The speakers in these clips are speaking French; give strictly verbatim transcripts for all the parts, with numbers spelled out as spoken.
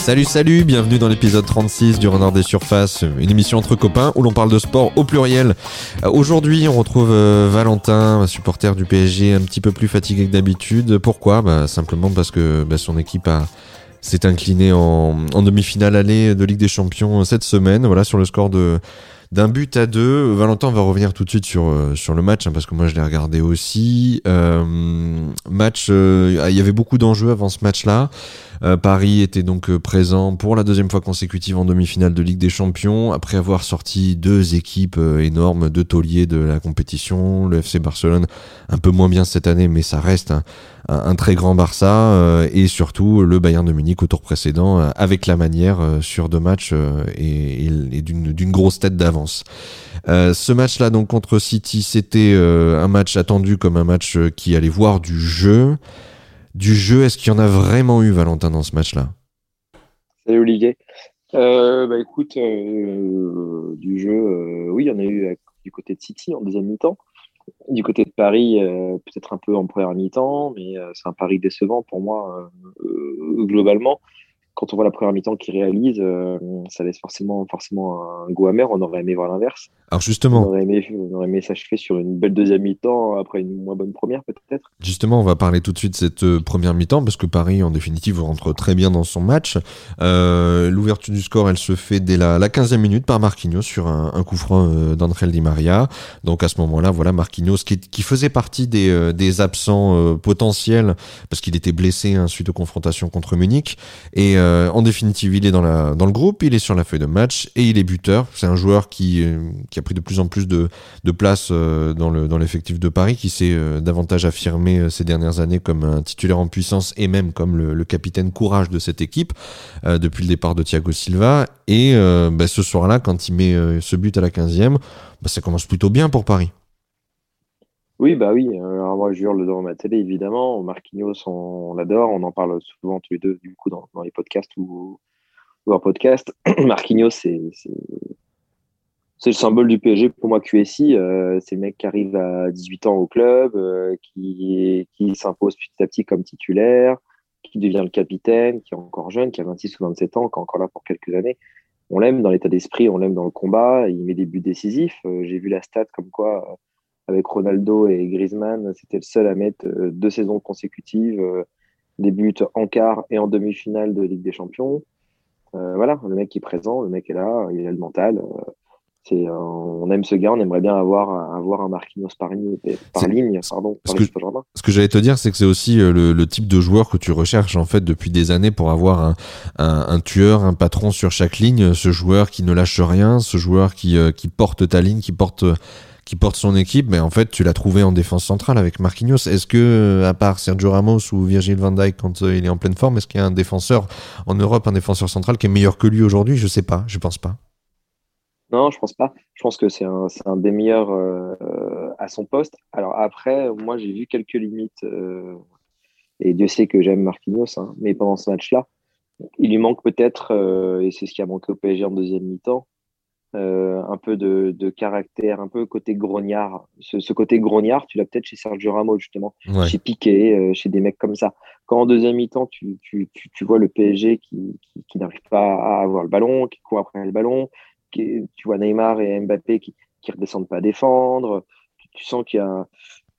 Salut salut, bienvenue dans l'épisode trente-six du Renard des Surfaces, une émission entre copains où l'on parle de sport au pluriel. Euh, aujourd'hui on retrouve euh, Valentin, supporter du P S G, un petit peu plus fatigué que d'habitude. Pourquoi ? Bah, simplement parce que bah, son équipe a, s'est inclinée en, en demi-finale aller de Ligue des Champions cette semaine, voilà, sur le score de... d'un but à deux. Valentin va revenir tout de suite sur, euh, sur le match, hein, parce que moi je l'ai regardé aussi. Euh, match, euh, il y avait beaucoup d'enjeux avant ce match-là. Euh, Paris était donc euh, présent pour la deuxième fois consécutive en demi-finale de Ligue des Champions, après avoir sorti deux équipes euh, énormes, deux tauliers de la compétition. Le F C Barcelone, un peu moins bien cette année, mais ça reste un, un, un très grand Barça, euh, et surtout le Bayern de Munich au tour précédent, euh, avec la manière euh, sur deux matchs euh, et, et, et d'une, d'une grosse tête d'avance. Euh, ce match-là donc contre City, c'était euh, un match attendu comme un match euh, qui allait voir du jeu. Du jeu, est-ce qu'il y en a vraiment eu, Valentin, dans ce match-là ? Salut Olivier. Euh, bah écoute, euh, du jeu, euh, oui, il y en a eu euh, du côté de City en deuxième mi-temps. Du côté de Paris, euh, peut-être un peu en première mi-temps, mais euh, c'est un pari décevant pour moi euh, euh, globalement. Quand on voit la première mi-temps qu'ils réalisent, euh, ça laisse forcément, forcément un goût amer. On aurait aimé voir l'inverse. Alors On justement, aurait aimé, on aurait aimé s'achever sur une belle deuxième mi-temps après une moins bonne première, peut-être. justement, on va parler tout de suite de cette euh, première mi-temps, parce que Paris, en définitive, rentre très bien dans son match. Euh, l'ouverture du score, elle se fait dès la, la quinzième minute par Marquinhos sur un, un coup franc euh, d'Angel Di Maria. Donc à ce moment-là, voilà, Marquinhos qui, qui faisait partie des, euh, des absents euh, potentiels, parce qu'il était blessé hein, suite aux confrontations contre Munich. Et euh, en définitive, il est dans, la, dans le groupe, il est sur la feuille de match et il est buteur. C'est un joueur qui, euh, qui a pris de plus en plus de, de place euh, dans, le, dans l'effectif de Paris, qui s'est euh, davantage affirmé euh, ces dernières années comme un titulaire en puissance et même comme le, le capitaine courage de cette équipe euh, depuis le départ de Thiago Silva. Et euh, bah, ce soir-là, quand il met euh, ce but à la quinzième, bah, ça commence plutôt bien pour Paris. Oui, bah oui. Alors moi, je hurle devant ma télé, évidemment. Marquinhos, on, on l'adore. On en parle souvent tous les deux, du coup, dans, dans les podcasts ou, ou en podcast. Marquinhos, c'est, c'est, c'est le symbole du P S G pour moi, Q S I. Euh, c'est le mec qui arrive à dix-huit ans au club, euh, qui, qui s'impose petit à petit comme titulaire, qui devient le capitaine, qui est encore jeune, qui a vingt-six ou vingt-sept ans, qui est encore là pour quelques années. On l'aime dans l'état d'esprit, on l'aime dans le combat. Il met des buts décisifs. Euh, j'ai vu la stat comme quoi... Euh, avec Ronaldo et Griezmann, c'était le seul à mettre euh, deux saisons consécutives, euh, des buts en quart et en demi-finale de Ligue des Champions. Euh, voilà, le mec est présent, le mec est là, il a le mental. Euh, c'est, euh, on aime ce gars, on aimerait bien avoir, avoir un Marquinhos par ligne, par C'est, ligne pardon, ce, par que, Saint-Germain. ce que j'allais te dire, c'est que c'est aussi euh, le, le type de joueur que tu recherches en fait depuis des années pour avoir un, un, un tueur, un patron sur chaque ligne, ce joueur qui ne lâche rien, ce joueur qui, euh, qui porte ta ligne, qui porte... qui porte son équipe, mais en fait, tu l'as trouvé en défense centrale avec Marquinhos. Est-ce que, à part Sergio Ramos ou Virgil van Dijk quand euh, il est en pleine forme, est-ce qu'il y a un défenseur en Europe, un défenseur central qui est meilleur que lui aujourd'hui ? Je sais pas, je pense pas. Non, je pense pas. Je pense que c'est un, c'est un des meilleurs euh, à son poste. Alors après, moi, j'ai vu quelques limites, euh, et Dieu sait que j'aime Marquinhos, hein, mais pendant ce match-là, il lui manque peut-être, euh, et c'est ce qui a manqué au P S G en deuxième mi-temps, Euh, un peu de, de caractère, un peu côté grognard. Ce, ce côté grognard, tu l'as peut-être chez Sergio Ramos, justement, Ouais. chez Piqué, euh, chez des mecs comme ça. Quand en deuxième mi-temps, tu, tu, tu, tu vois le P S G qui, qui, qui n'arrive pas à avoir le ballon, qui court après le ballon, qui, tu vois Neymar et Mbappé qui qui redescendent pas défendre. Tu, tu sens qu'il y a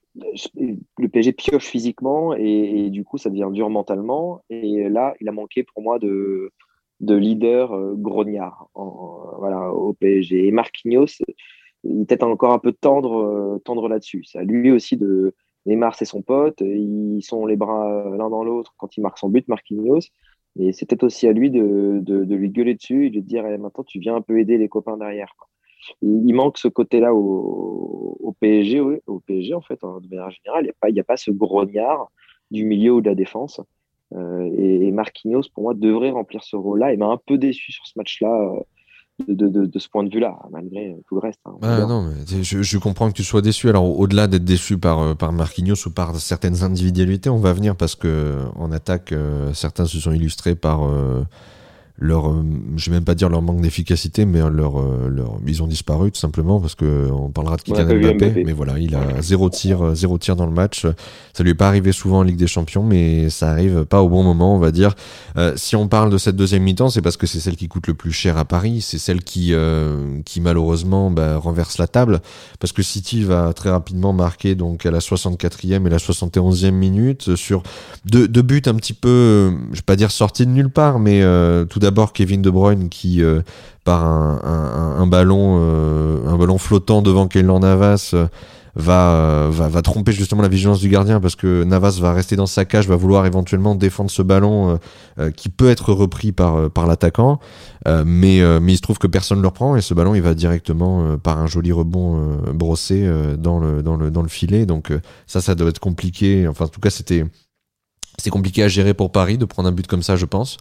le P S G pioche physiquement et, et du coup, ça devient dur mentalement. Et là, il a manqué pour moi de de leader euh, grognard en, voilà, au P S G. Et Marquinhos, il est peut-être encore un peu tendre, euh, tendre là-dessus. C'est à lui aussi de... Neymar, c'est son pote, ils sont les bras l'un dans l'autre quand il marque son but, Marquinhos. Et c'est peut-être aussi à lui de, de, de lui gueuler dessus et de lui dire eh, maintenant, tu viens un peu aider les copains derrière. Quoi. Il, il manque ce côté-là au, au P S G, oui, au P S G en fait, hein, de manière générale. Il n'y a, pas, il y a pas ce grognard du milieu ou de la défense. Euh, et, et Marquinhos, pour moi, devrait remplir ce rôle-là. Il m'a un peu déçu sur ce match-là, euh, de, de, de, de ce point de vue-là, malgré tout le reste. Hein, Ah, non, mais je, je comprends que tu sois déçu. Alors, au-delà d'être déçu par, par Marquinhos ou par certaines individualités, on va venir parce que en attaque, euh, certains se sont illustrés par... Euh, leur, euh, je vais même pas dire leur manque d'efficacité, mais leur, euh, leur, ils ont disparu tout simplement parce que on parlera de On n'a Kylian pas vu Mbappé, Mbappé. mais voilà, il a zéro tir, euh, zéro tir dans le match. Ça lui est pas arrivé souvent en Ligue des Champions, mais ça arrive pas au bon moment, on va dire. Euh, si on parle de cette deuxième mi-temps, c'est parce que c'est celle qui coûte le plus cher à Paris, c'est celle qui, euh, qui malheureusement bah, renverse la table, parce que City va très rapidement marquer donc à la soixante-quatrième et la soixante et onzième minute sur deux, deux buts un petit peu, euh, je vais pas dire sortis de nulle part, mais euh, tout d'abord Kevin De Bruyne qui euh, par un, un, un ballon euh, un ballon flottant devant Keylor Navas euh, va, euh, va va tromper justement la vigilance du gardien parce que Navas va rester dans sa cage, va vouloir éventuellement défendre ce ballon euh, euh, qui peut être repris par euh, par l'attaquant, euh, mais euh, mais il se trouve que personne ne le reprend et ce ballon il va directement euh, par un joli rebond euh, brossé euh, dans le dans le dans le filet, donc euh, ça ça doit être compliqué, enfin en tout cas c'était c'est compliqué à gérer pour Paris de prendre un but comme ça, je pense.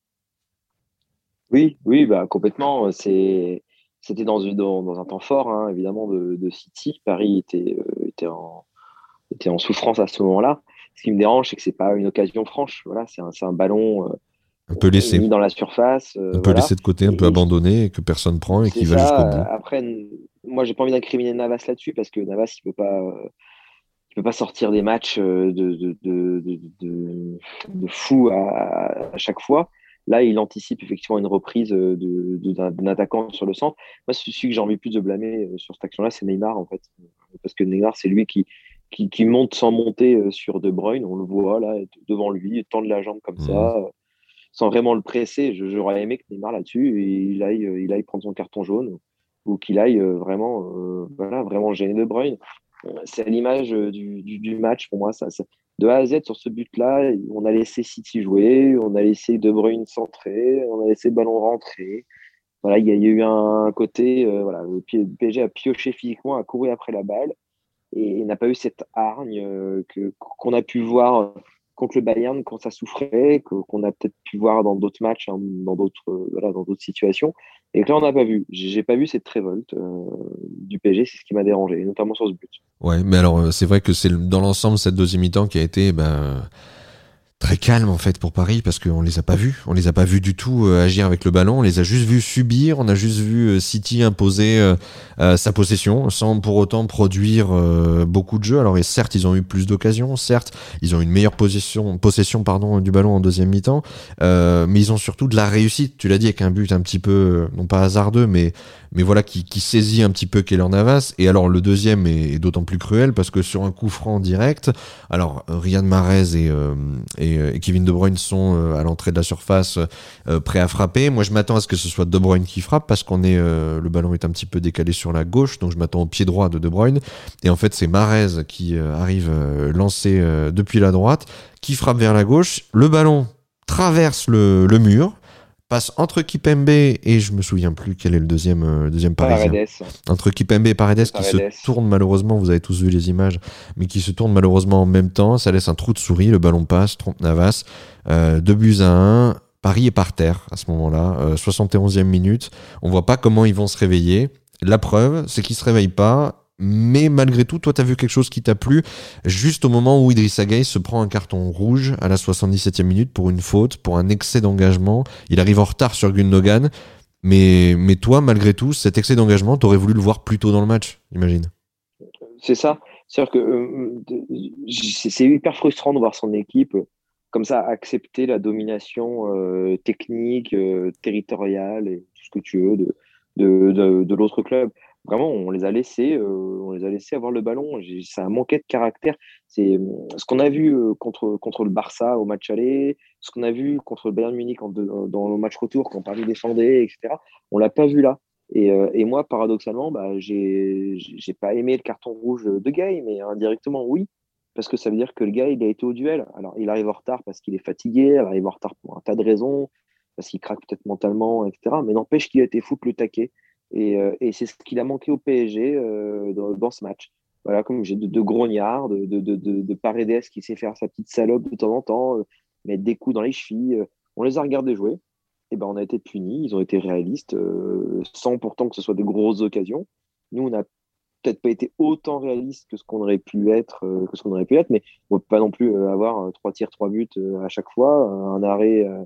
Oui, oui, bah complètement. C'est, c'était dans, une- dans, dans un temps fort, hein, évidemment, de, de City. Paris était, euh, était en, était en souffrance à ce moment-là. Ce qui me dérange, c'est que c'est pas une occasion franche. Voilà, c'est un, c'est un ballon Un peu euh, laissé. mis dans la surface, Un euh, peu voilà. laissé de côté, un peu Et, et abandonné, et que personne prend et c'est qui va jusqu'au ça. bout. Après, moi, j'ai pas envie d'incriminer Navas là-dessus parce que Navas, il peut pas, euh, il peut pas sortir des matchs euh, de, de, de, de, de, de fou à, à chaque fois. Là, il anticipe effectivement une reprise euh, de, de- d'un, d'un attaquant sur le centre. Moi, celui que j'ai envie plus de blâmer euh, sur cette action-là, c'est Neymar, en fait. Parce que Neymar, c'est lui qui, qui, qui monte sans monter euh, sur De Bruyne. On le voit là, devant lui, tendre la jambe comme Mmh. ça, euh, sans vraiment le presser. Je- J'aurais aimé que Neymar, là-dessus, il aille, euh, il aille prendre son carton jaune ou qu'il aille euh, vraiment, euh, voilà, vraiment gêner De Bruyne. Euh, C'est à l'image euh, du, du, du match pour moi. Ça, ça- de A à Z sur ce but-là, on a laissé City jouer, on a laissé De Bruyne centrer, on a laissé le ballon rentrer. Voilà, il y, a il y a eu un côté, euh, voilà, le P- P S G a pioché physiquement, a couru après la balle et, et n'a pas eu cette hargne euh, que, qu'on a pu voir contre le Bayern quand ça souffrait, que- qu'on a peut-être pu voir dans d'autres matchs, hein, dans d'autres euh, voilà, dans d'autres situations. Et que là, on n'a pas vu. J'ai j'ai pas vu cette révolte euh, du P S G, c'est ce qui m'a dérangé, notamment sur ce but. Ouais, mais alors euh, c'est vrai que c'est le- dans l'ensemble cette deuxième mi-temps qui a été ben, très calme en fait pour Paris parce qu'on les a pas vus, on les a pas vus du tout euh, agir avec le ballon, on les a juste vus subir, on a juste vu euh, City imposer euh, euh, sa possession sans pour autant produire euh, beaucoup de jeux. Alors et certes ils ont eu plus d'occasions, certes ils ont une meilleure possession, possession pardon du ballon en deuxième mi-temps, euh, mais ils ont surtout de la réussite. Tu l'as dit avec un but un petit peu euh, non pas hasardeux, mais mais voilà qui, qui saisit un petit peu Keylor Navas. Et alors le deuxième est, est d'autant plus cruel parce que sur un coup franc direct, alors Riyad Mahrez et, euh, et, euh, et Kevin De Bruyne sont euh, à l'entrée de la surface euh, prêts à frapper. Moi je m'attends à ce que ce soit De Bruyne qui frappe parce qu'on est euh, le ballon est un petit peu décalé sur la gauche, donc je m'attends au pied droit de De Bruyne. Et en fait c'est Mahrez qui euh, arrive euh, lancé euh, depuis la droite, qui frappe vers la gauche. Le ballon traverse le, le mur, passe entre Kipembe et je me souviens plus quel est le deuxième, euh, le deuxième parisien. Paredes, Entre Kipembe et Paredes c'est qui se Paredes. tournent malheureusement, vous avez tous vu les images, mais qui se tournent malheureusement en même temps. Ça laisse un trou de souris, le ballon passe, trompe Navas. Euh, deux buts à un. Paris est par terre à ce moment-là, euh, soixante et onzième minute. On voit pas comment ils vont se réveiller. La preuve, c'est qu'ils se réveillent pas. Mais malgré tout, toi, t'as vu quelque chose qui t'a plu juste au moment où Idrissa Gueye se prend un carton rouge à la soixante-dix-septième minute pour une faute, pour un excès d'engagement. Il arrive en retard sur Gundogan. Mais, mais toi, malgré tout, cet excès d'engagement, t'aurais voulu le voir plus tôt dans le match, imagine. C'est ça. C'est-à-dire que euh, de- c'est c'est hyper frustrant de voir son équipe euh, comme ça accepter la domination euh, technique, euh, territoriale et tout ce que tu veux de, de, de, de l'autre club. Vraiment, on les a laissés, euh, on les a laissés avoir le ballon. J'ai- Ça a manqué de caractère. C'est euh, ce qu'on a vu euh, contre, contre le Barça au match aller, ce qu'on a vu contre le Bayern Munich en deux- dans le match retour quand Paris défendait, et cetera. On l'a pas vu là. Et, euh, et moi, paradoxalement, bah, j'ai j'ai pas aimé le carton rouge de Gay, mais indirectement, oui, parce que ça veut dire que le gars, il a été au duel. Alors, il arrive en retard parce qu'il est fatigué, il arrive en retard pour un tas de raisons, parce qu'il craque peut-être mentalement, et cetera. Mais n'empêche qu'il a été foutre le taquet. Et, euh, et c'est ce qu'il a manqué au P S G euh, dans, dans ce match. Voilà, comme j'ai de, de grognards, de, de, de, de, de Paredes qui sait faire sa petite salope de temps en temps, euh, mettre des coups dans les chevilles. Euh, on les a regardés jouer. Et ben, on a été punis, ils ont été réalistes, euh, sans pourtant que ce soit de grosses occasions. Nous, on n'a peut-être pas été autant réalistes que ce qu'on aurait pu être, euh, que ce qu'on aurait pu être, mais on peut pas non plus euh, avoir euh, trois tirs, trois buts euh, à chaque fois, un arrêt, euh,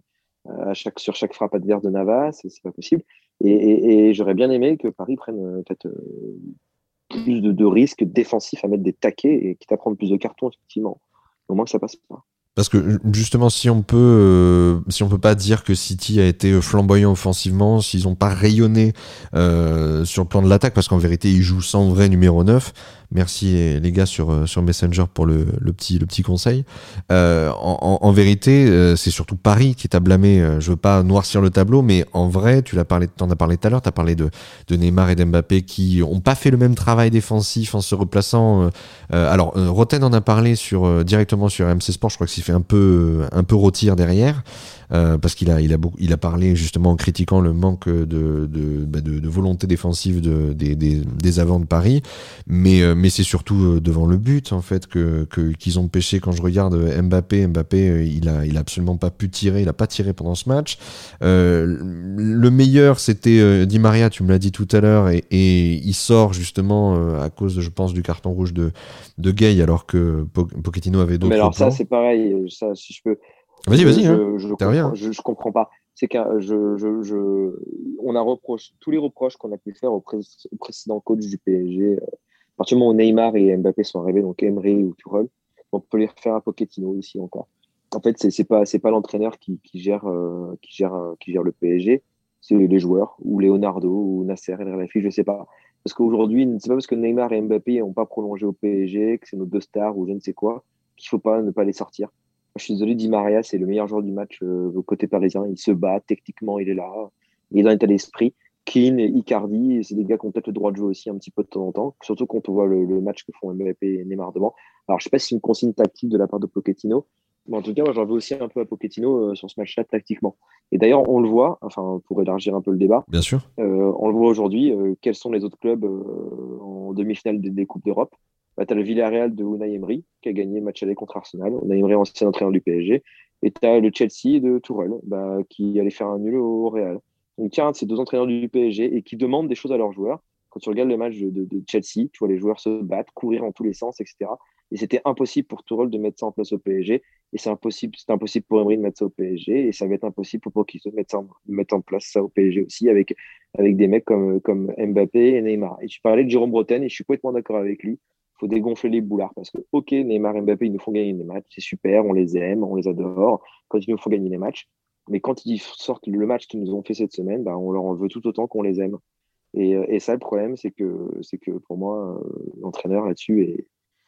à chaque, sur chaque frappe adverse de Navas, c'est, c'est pas possible. Et, et, et j'aurais bien aimé que Paris prenne euh, peut-être euh, plus de, de risques défensifs à mettre des taquets et quitte à prendre plus de cartons, effectivement. Au moins que ça passe pas. Parce que justement, si on peut, euh, si on peut pas dire que City a été flamboyant offensivement, s'ils ont pas rayonné euh, sur le plan de l'attaque, parce qu'en vérité, ils jouent sans vrai numéro neuf. Merci les gars sur sur Messenger pour le, le petit le petit conseil. Euh, en, en, en vérité, euh, c'est surtout Paris qui est à blâmer. Euh, Je veux pas noircir le tableau, mais en vrai, tu l'as parlé, t'en as parlé tout à l'heure. T'as parlé de de Neymar et d'Mbappé qui ont pas fait le même travail défensif en se replaçant. Euh, euh, alors, euh, Roten en a parlé sur euh, directement sur M C Sport. Je crois que s'il fait un peu un peu rôtir derrière. Euh, parce qu'il a, il a, beaucoup, il a parlé justement en critiquant le manque de, de, bah de, de volonté défensive de, des, des, des avants de Paris, mais, euh, mais c'est surtout devant le but en fait que, que, qu'ils ont pêché. Quand je regarde Mbappé, Mbappé, il a, il a absolument pas pu tirer, il a pas tiré pendant ce match. Euh, le meilleur, c'était euh, Di Maria, tu me l'as dit tout à l'heure, et, et il sort justement euh, à cause, je pense, du carton rouge de, de Gay, alors que Po- Pochettino avait d'autres Mais alors plans. ça, c'est pareil. Ça, si je peux, Vas-y, je, vas-y, hein. je, je T'as rien. comprends, je, je comprends pas. C'est que je, je, je, on a reproché tous les reproches qu'on a pu faire au, pré- au précédent coach du P S G. euh, À partir du moment où Neymar et Mbappé sont arrivés, donc Emery ou Tuchel, on peut les refaire à Pochettino aussi encore. En fait, c'est c'est pas c'est pas l'entraîneur qui, qui gère euh, qui gère euh, qui gère le P S G, c'est les joueurs ou Leonardo ou Nasser El Khelaifi, je sais pas. Parce qu'aujourd'hui, c'est pas parce que Neymar et Mbappé n'ont pas prolongé au P S G que c'est nos deux stars ou je ne sais quoi qu'il faut pas ne pas les sortir. Je suis désolé, Di Maria, c'est le meilleur joueur du match euh, côté parisien. Il se bat, techniquement, il est là. Il est dans l'état d'esprit. Keane et Icardi, c'est des gars qui ont peut-être le droit de jouer aussi un petit peu de temps en temps, surtout quand on voit le, le match que font Mbappé et Neymar devant. Alors, je sais pas si c'est une consigne tactique de la part de Pochettino, mais en tout cas, moi, j'en veux aussi un peu à Pochettino euh, sur ce match-là tactiquement. Et d'ailleurs, on le voit, enfin, pour élargir un peu le débat, Bien sûr. euh, on le voit aujourd'hui, euh, quels sont les autres clubs euh, en demi-finale des, des Coupes d'Europe. Bah, tu as le Villarreal de Unai Emery, qui a gagné le match aller contre Arsenal. Unai Emery, ancien entraîneur du P S G. Et tu as le Chelsea de Tourelle, bah, qui allait faire un nul au Real. Donc, tiens, ces deux entraîneurs du P S G et qui demandent des choses à leurs joueurs. Quand tu regardes le match de, de, de Chelsea, tu vois les joueurs se battre, courir dans tous les sens, et cetera. Et c'était impossible pour Tourelle de mettre ça en place au P S G. Et c'est impossible, c'est impossible pour Emery de mettre ça au P S G. Et ça va être impossible pour Pochettino de mettre, ça en, mettre en place ça au P S G aussi, avec, avec des mecs comme, comme Mbappé et Neymar. Et tu parlais de Jérôme Bretagne, et je suis complètement d'accord avec lui. Il faut dégonfler les boulards parce que, ok, Neymar et Mbappé, ils nous font gagner des matchs, c'est super, on les aime, on les adore quand ils nous font gagner des matchs. Mais quand ils sortent le match qu'ils nous ont fait cette semaine, bah, on leur en veut tout autant qu'on les aime. Et, et ça, le problème, c'est que, c'est que pour moi, euh, l'entraîneur là-dessus est,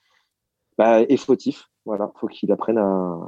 bah, est fautif. Voilà, faut qu'il apprenne à,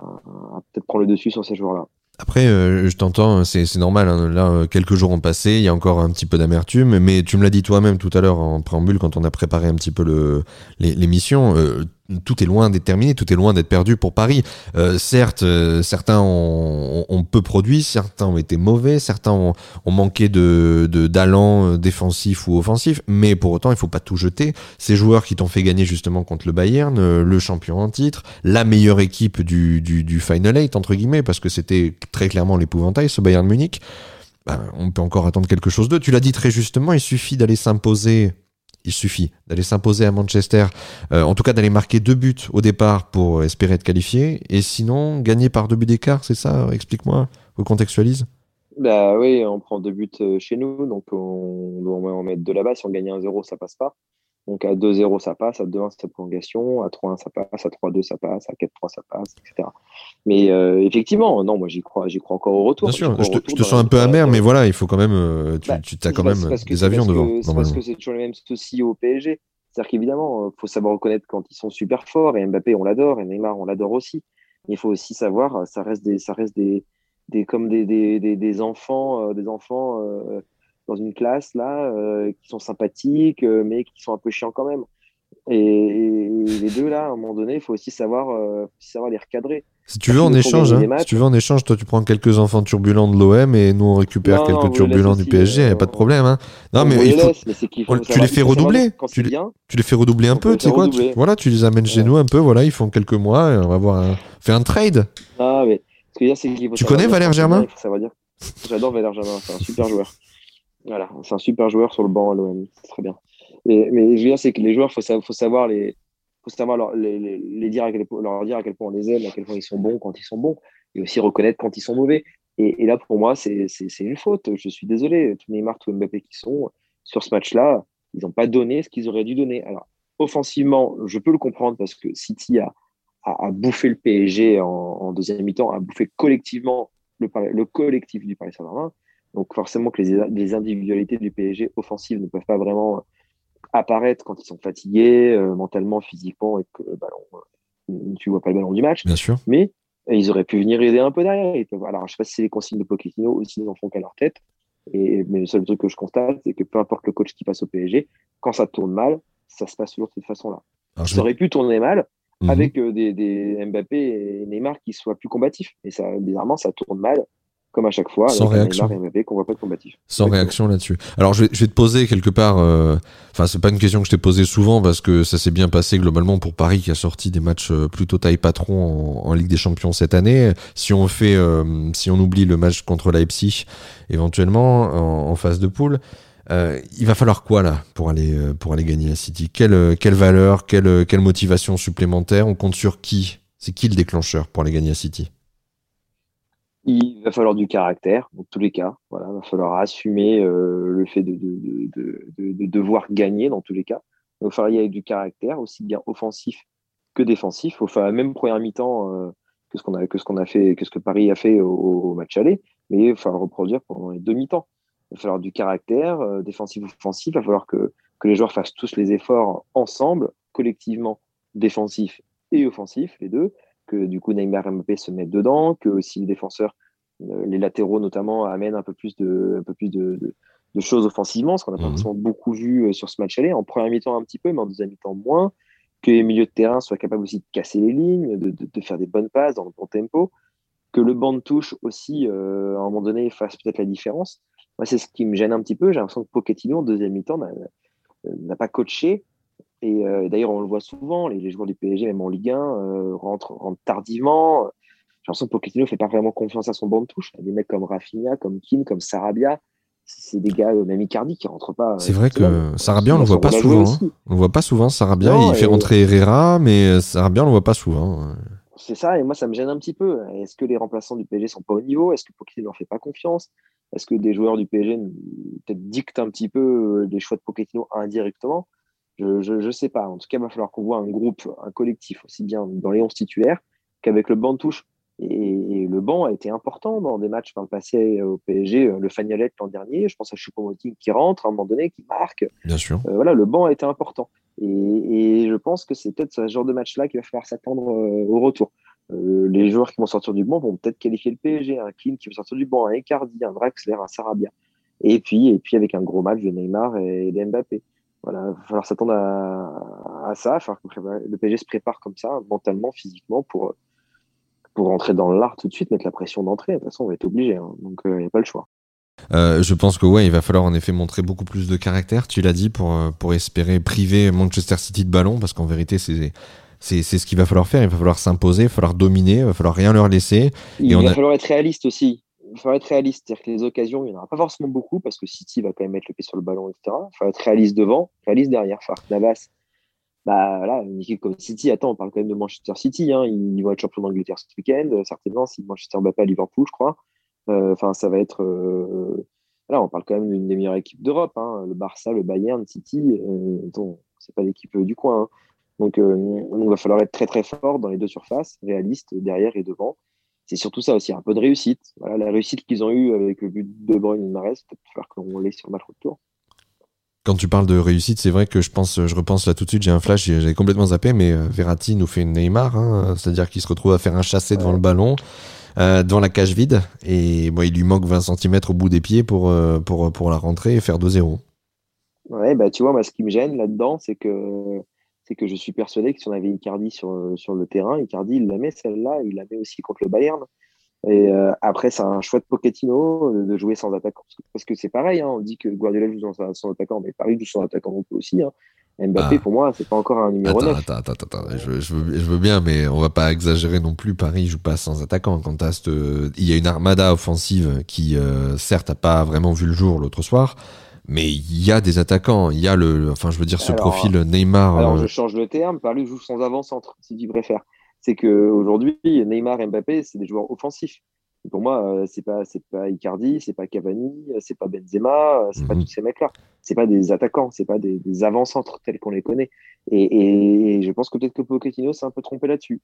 à peut-être prendre le dessus sur ces joueurs-là. Après, euh, je t'entends, c'est, c'est normal, hein. Là, euh, quelques jours ont passé, il y a encore un petit peu d'amertume, mais tu me l'as dit toi-même tout à l'heure en préambule quand on a préparé un petit peu le, les, l'émission. Euh, tout est loin d'être terminé, tout est loin d'être perdu pour Paris. Euh, certes, euh, certains ont, ont, ont peu produit, certains ont été mauvais, certains ont, ont manqué de, de d'allant défensif ou offensif, mais pour autant, il faut pas tout jeter. Ces joueurs qui t'ont fait gagner justement contre le Bayern, euh, le champion en titre, la meilleure équipe du, du, du Final Eight, entre guillemets, parce que c'était très clairement l'épouvantail, ce Bayern Munich. Ben, on peut encore attendre quelque chose d'eux. Tu l'as dit très justement, il suffit d'aller s'imposer. Il suffit d'aller s'imposer à Manchester, euh, en tout cas d'aller marquer deux buts au départ pour espérer être qualifié, et sinon gagner par deux buts d'écart, c'est ça? Explique-moi, recontextualise. Bah oui, on prend deux buts euh, chez nous, donc on doit en mettre deux là-bas. Si on gagne un zéro, ça passe pas. Donc à deux zéro, ça passe, à deux un, c'est la prolongation, à trois un, ça passe, à trois deux, ça passe, à quatre trois, ça passe, et cetera. Mais euh, effectivement, non, moi j'y crois, j'y crois encore au Bien retour. J'y sûr, crois je au te, retour je te dans sens la- un peu dans la- amer, dans mais la- voilà, il faut quand même, euh, tu, Bah, tu as c'est quand parce, même c'est euh, parce que des c'est avions parce devant, que c'est parce normalement. que c'est toujours le même souci au P S G. C'est-à-dire qu'évidemment, il faut savoir reconnaître quand ils sont super forts, et Mbappé, on l'adore, et Neymar, on l'adore aussi. Mais il faut aussi savoir, ça reste des, ça reste des, des comme des, des, des, des enfants, euh, des enfants euh, dans une classe là, euh, qui sont sympathiques, euh, mais qui sont un peu chiants quand même. Et, et les deux là, à un moment donné, il faut aussi savoir, euh, faut aussi savoir les recadrer. Si tu C'est-à-dire veux qu'ils en nous font échange, gagner hein, des si tu matchs. veux en échange, toi tu prends quelques enfants turbulents de l'O M et nous on récupère Non, non, quelques on vous les laisse turbulents du aussi. P S G, y a euh, pas de problème, hein. Non on mais vous il les faut, laisse, mais c'est qu'il on- faut tu les savoir, il fais faut savoir redoubler, quand tu c'est les, bien. tu les fais redoubler un On peut peu, les tu sais faire quoi, tu, redoubler. voilà, tu les amènes chez Voilà. nous un peu, voilà, ils font quelques mois et on va voir, un, on fait un trade. Ah, mais ce que je veux dire, c'est qu'il faut Tu savoir connais dire Valère quand c'est bien, Germain? il faut savoir dire. J'adore Valère Germain, c'est un super joueur. Voilà, c'est un super joueur sur le banc à l'O M, c'est très bien. Et, mais je veux dire, c'est que les joueurs, il faut, sa- faut savoir les, faut savoir leur, les, les, les dire à quel point, leur dire à quel point on les aime, à quel point ils sont bons quand ils sont bons, et aussi reconnaître quand ils sont mauvais. Et, et là, pour moi, c'est, c'est, c'est une faute. Je suis désolé. Tout Neymar, tout Mbappé qui sont sur ce match-là, ils n'ont pas donné ce qu'ils auraient dû donner. Alors, offensivement, je peux le comprendre parce que City a, a, a bouffé le P S G en, en deuxième mi-temps, a bouffé collectivement le, le collectif du Paris Saint-Germain. Donc, forcément que les, les individualités du P S G offensives ne peuvent pas vraiment apparaître quand ils sont fatigués, euh, mentalement, physiquement, et que le ballon, euh, tu vois pas le ballon du match. Bien sûr. Mais euh, ils auraient pu venir aider un peu derrière. Ils peuvent, alors, je sais pas si c'est les consignes de Pochettino ou s'ils n'en font qu'à leur tête. Et, mais le seul truc que je constate, c'est que peu importe le coach qui passe au P S G, quand ça tourne mal, ça se passe toujours de cette façon-là. Alors, Ça vais... aurait pu tourner mal mm-hmm. avec euh, des, des Mbappé et Neymar qui soient plus combatifs. Et ça, bizarrement, ça tourne mal. Comme à chaque fois, sans avec réaction. Neymar et Mbappé qu'on voit pas de combatif. Sans Exactement. réaction là-dessus. Alors je vais, je vais te poser quelque part, enfin euh, c'est pas une question que je t'ai posée souvent parce que ça s'est bien passé globalement pour Paris qui a sorti des matchs plutôt taille patron en, en Ligue des Champions cette année. Si on fait, euh, si on oublie le match contre Leipzig éventuellement en, en phase de poule, euh, il va falloir quoi là pour aller pour aller gagner à City ? Quelle quelle valeur, quelle quelle motivation supplémentaire ? On compte sur qui ? C'est qui le déclencheur pour aller gagner à City ? Il va falloir du caractère, dans tous les cas. Voilà, il va falloir assumer euh, le fait de, de, de, de, de devoir gagner, dans tous les cas. Il va falloir y aller du caractère, aussi bien offensif que défensif. Il faut faire la même première mi-temps euh, que ce qu'on a, que ce qu'on a fait, que ce que Paris a fait au, au match aller, mais il va falloir le reproduire pendant les deux mi-temps. Il va falloir du caractère, euh, défensif, offensif. Il va falloir que, que les joueurs fassent tous les efforts ensemble, collectivement, défensif et offensif, les deux. Que du coup Neymar et Mbappé se mettent dedans, que aussi les défenseurs, euh, les latéraux notamment, amènent un peu plus de, un peu plus de, de, de choses offensivement, ce qu'on n'a pas mmh. forcément beaucoup vu sur ce match aller. En première mi-temps un petit peu, mais en deuxième mi-temps moins. Que les milieux de terrain soient capables aussi de casser les lignes, de, de, de faire des bonnes passes dans le bon tempo. Que le banc de touche aussi, euh, à un moment donné, fasse peut-être la différence. Moi, c'est ce qui me gêne un petit peu. J'ai l'impression que Pochettino, en deuxième mi-temps, n'a, n'a pas coaché. Et euh, d'ailleurs, on le voit souvent, les, les joueurs du P S G, même en Ligue un, euh, rentrent, rentrent tardivement. J'ai l'impression que Pochettino ne fait pas vraiment confiance à son banc de touche. Des mecs comme Rafinha, comme Keane, comme Sarabia, c'est des gars, même Icardi, qui ne rentrent pas. C'est vrai que Sarabia, on ne le voit pas souvent. Hein. On ne voit pas souvent Sarabia. Non, il fait et... rentrer Herrera, mais Sarabia, on ne le voit pas souvent. C'est ça, et moi, ça me gêne un petit peu. Est-ce que les remplaçants du P S G ne sont pas au niveau ? Est-ce que Pochettino ne leur fait pas confiance ? Est-ce que des joueurs du P S G peut-être dictent un petit peu les choix de Pochettino indirectement ? Je ne sais pas. En tout cas, il va falloir qu'on voit un groupe, un collectif, aussi bien dans les onze titulaires qu'avec le banc de touche. Et, et le banc a été important dans des matchs par le passé au P S G. Le Fagnolet l'an dernier, je pense à Choupo-Moting qui rentre à un moment donné, qui marque. Bien sûr. Euh, voilà, le banc a été important. Et, et je pense que c'est peut-être ce genre de match-là qu'il va falloir s'attendre euh, au retour. Euh, les joueurs qui vont sortir du banc vont peut-être qualifier le P S G. Un Keane qui va sortir du banc, un Icardi, un Draxler, un Sarabia. Et puis, et puis avec un gros match de Neymar et d'Mbappé. Voilà, il va falloir s'attendre à, à ça, il va falloir que le P S G se prépare comme ça, mentalement, physiquement, pour, pour rentrer dans l'art tout de suite, mettre la pression d'entrée. De toute façon, on va être obligé, hein, donc il euh, n'y a pas le choix. Euh, je pense que ouais, il va falloir en effet montrer beaucoup plus de caractère, tu l'as dit, pour, pour espérer priver Manchester City de ballon, parce qu'en vérité, c'est... C'est, c'est ce qu'il va falloir faire, il va falloir s'imposer, il va falloir dominer, il va falloir rien leur laisser. Il et va on a... falloir être réaliste aussi. Il va falloir être réaliste, c'est-à-dire que les occasions, il n'y en aura pas forcément beaucoup parce que City va quand même mettre le pied sur le ballon, et cetera. Il va falloir être réaliste devant, réaliste derrière. Il va falloir que Navas, bah voilà, une équipe comme City, attends, on parle quand même de Manchester City, hein, ils vont être champions d'Angleterre ce week-end, certainement, si Manchester bat pas Liverpool, je crois. Enfin, euh, ça va être. Euh... Là, on parle quand même d'une des meilleures équipes d'Europe, hein, le Barça, le Bayern, City, euh, bon, c'est pas l'équipe du coin. Hein. Donc, euh, il va falloir être très très fort dans les deux surfaces, réaliste derrière et devant. C'est surtout ça aussi, un peu de réussite. Voilà, la réussite qu'ils ont eue avec le but de De Bruyne et de Mahrez, peut-être falloir qu'on l'ait sur le match retour. Quand tu parles de réussite, c'est vrai que je pense, je repense là tout de suite, j'ai un flash, j'avais complètement zappé, mais Verratti nous fait une Neymar, hein, c'est-à-dire qu'il se retrouve à faire un chassé ouais. devant le ballon, euh, devant la cage vide, et bon, il lui manque vingt centimètres au bout des pieds pour, pour, pour la rentrée et faire deux zéro. Ouais, bah tu vois, moi, ce qui me gêne là-dedans, c'est que c'est que je suis persuadé que si on avait Icardi sur, sur le terrain, Icardi, il la met celle-là, il la met aussi contre le Bayern. Et euh, après, c'est un choix de Pochettino de jouer sans attaquant. Parce que c'est pareil, hein, on dit que Guardiola joue sans, sans attaquant, mais Paris joue sans attaquant non plus aussi. Hein. Mbappé, ah. pour moi, c'est pas encore un numéro attends, neuf. Attends, attends, attends, je, je, veux, je veux bien, mais on va pas exagérer non plus. Paris joue pas sans attaquant. Quand t'as cette, il y a une armada offensive qui, euh, certes, a pas vraiment vu le jour l'autre soir, mais il y a des attaquants. Il y a le, enfin, je veux dire, ce alors, profil Neymar. Alors, euh... je change le terme. Paris joue sans avant-centre, si tu préfères. C'est que aujourd'hui, Neymar et Mbappé, c'est des joueurs offensifs. Pour moi, euh, c'est pas, c'est pas Icardi, c'est pas Cavani, euh, c'est pas Benzema, euh, c'est pas Mhm. tous ces mecs-là. C'est pas des attaquants, c'est pas des, des avant-centres tels qu'on les connaît. Et, et je pense que peut-être que Pochettino s'est un peu trompé là-dessus.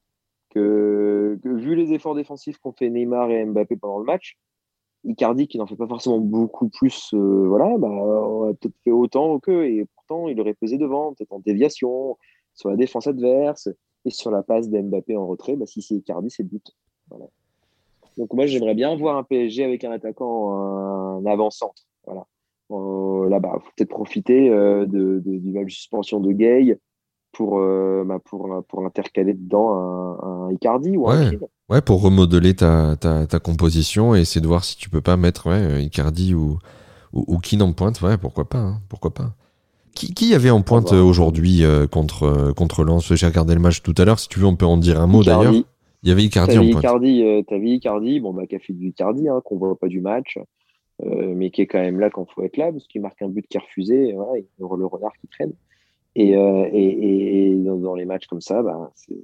Que, que vu les efforts défensifs qu'ont fait Neymar et Mbappé pendant le match, Icardi, qui n'en fait pas forcément beaucoup plus, euh, voilà, bah, on a peut-être fait autant qu'eux, et pourtant il aurait pesé devant, peut-être en déviation, sur la défense adverse, et sur la passe d'Mbappé en retrait, bah, si c'est Icardi, c'est le but. Voilà. Donc moi, j'aimerais bien voir un P S G avec un attaquant, un avant-centre. Voilà. Euh, là, bah, faut peut-être profiter euh, de, de- du match de suspension de Gay pour, euh, bah, pour, pour intercaler dedans un, un Icardi ou un Ouais, Keane. ouais, pour remodeler ta, ta, ta composition et essayer de voir si tu peux pas mettre ouais, Icardi ou, ou, ou Keane en pointe. Ouais, pourquoi pas, hein, pourquoi pas. Qui, qui y avait en À pointe euh, voir. aujourd'hui euh, contre, euh, contre Lens? J'ai regardé le match tout à l'heure. Si tu veux, on peut en dire un mot d'ailleurs. Icardi. Il y avait Icardi en T'avais pointe. Icardi, euh, t'avais Icardi, bon, bah, qui a fait du Icardi, hein, qu'on voit pas du match, euh, mais qui est quand même là quand il faut être là, parce qu'il marque un but qui est refusé, et voilà, il y a le renard qui traîne. Et, euh, et, et, et dans, dans les matchs comme ça, bah, c'est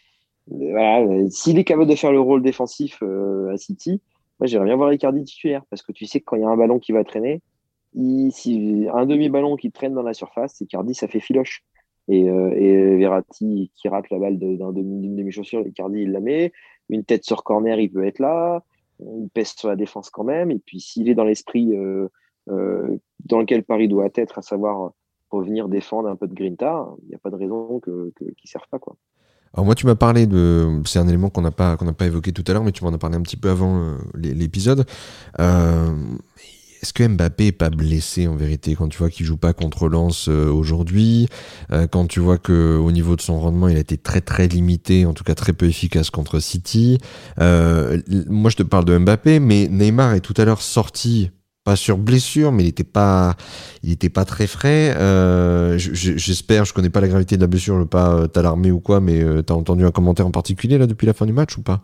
voilà, s'il est capable de faire le rôle défensif euh, à City, moi j'aimerais bien voir Icardi titulaire parce que tu sais que quand il y a un ballon qui va traîner, il, si un demi-ballon qui traîne dans la surface, Icardi ça fait filoche. Et, euh, et Verratti qui rate la balle de- d'un demi, d'une demi-chaussure, Icardi il la met. Une tête sur corner, il peut être là. Il pèse sur la défense quand même. Et puis s'il est dans l'esprit euh, euh, dans lequel Paris doit être, à savoir revenir défendre un peu de grinta, il n'y a pas de raison que, que, qu'il ne serve pas, quoi. Alors moi, tu m'as parlé de... C'est un élément qu'on n'a pas, qu'on n'a pas évoqué tout à l'heure, mais tu m'en as parlé un petit peu avant euh, l'épisode. Euh, Est-ce que Mbappé est pas blessé en vérité quand tu vois qu'il joue pas contre Lens euh, aujourd'hui, euh, quand tu vois que au niveau de son rendement il a été très très limité, en tout cas très peu efficace contre City. Euh, moi je te parle de Mbappé, mais Neymar est tout à l'heure sorti. Pas sur blessure, mais il était pas, il était pas très frais. Euh, j- j- j'espère, je connais pas la gravité de la blessure, je veux pas euh, t'alarmer ou quoi, mais euh, t'as entendu un commentaire en particulier là depuis la fin du match ou pas?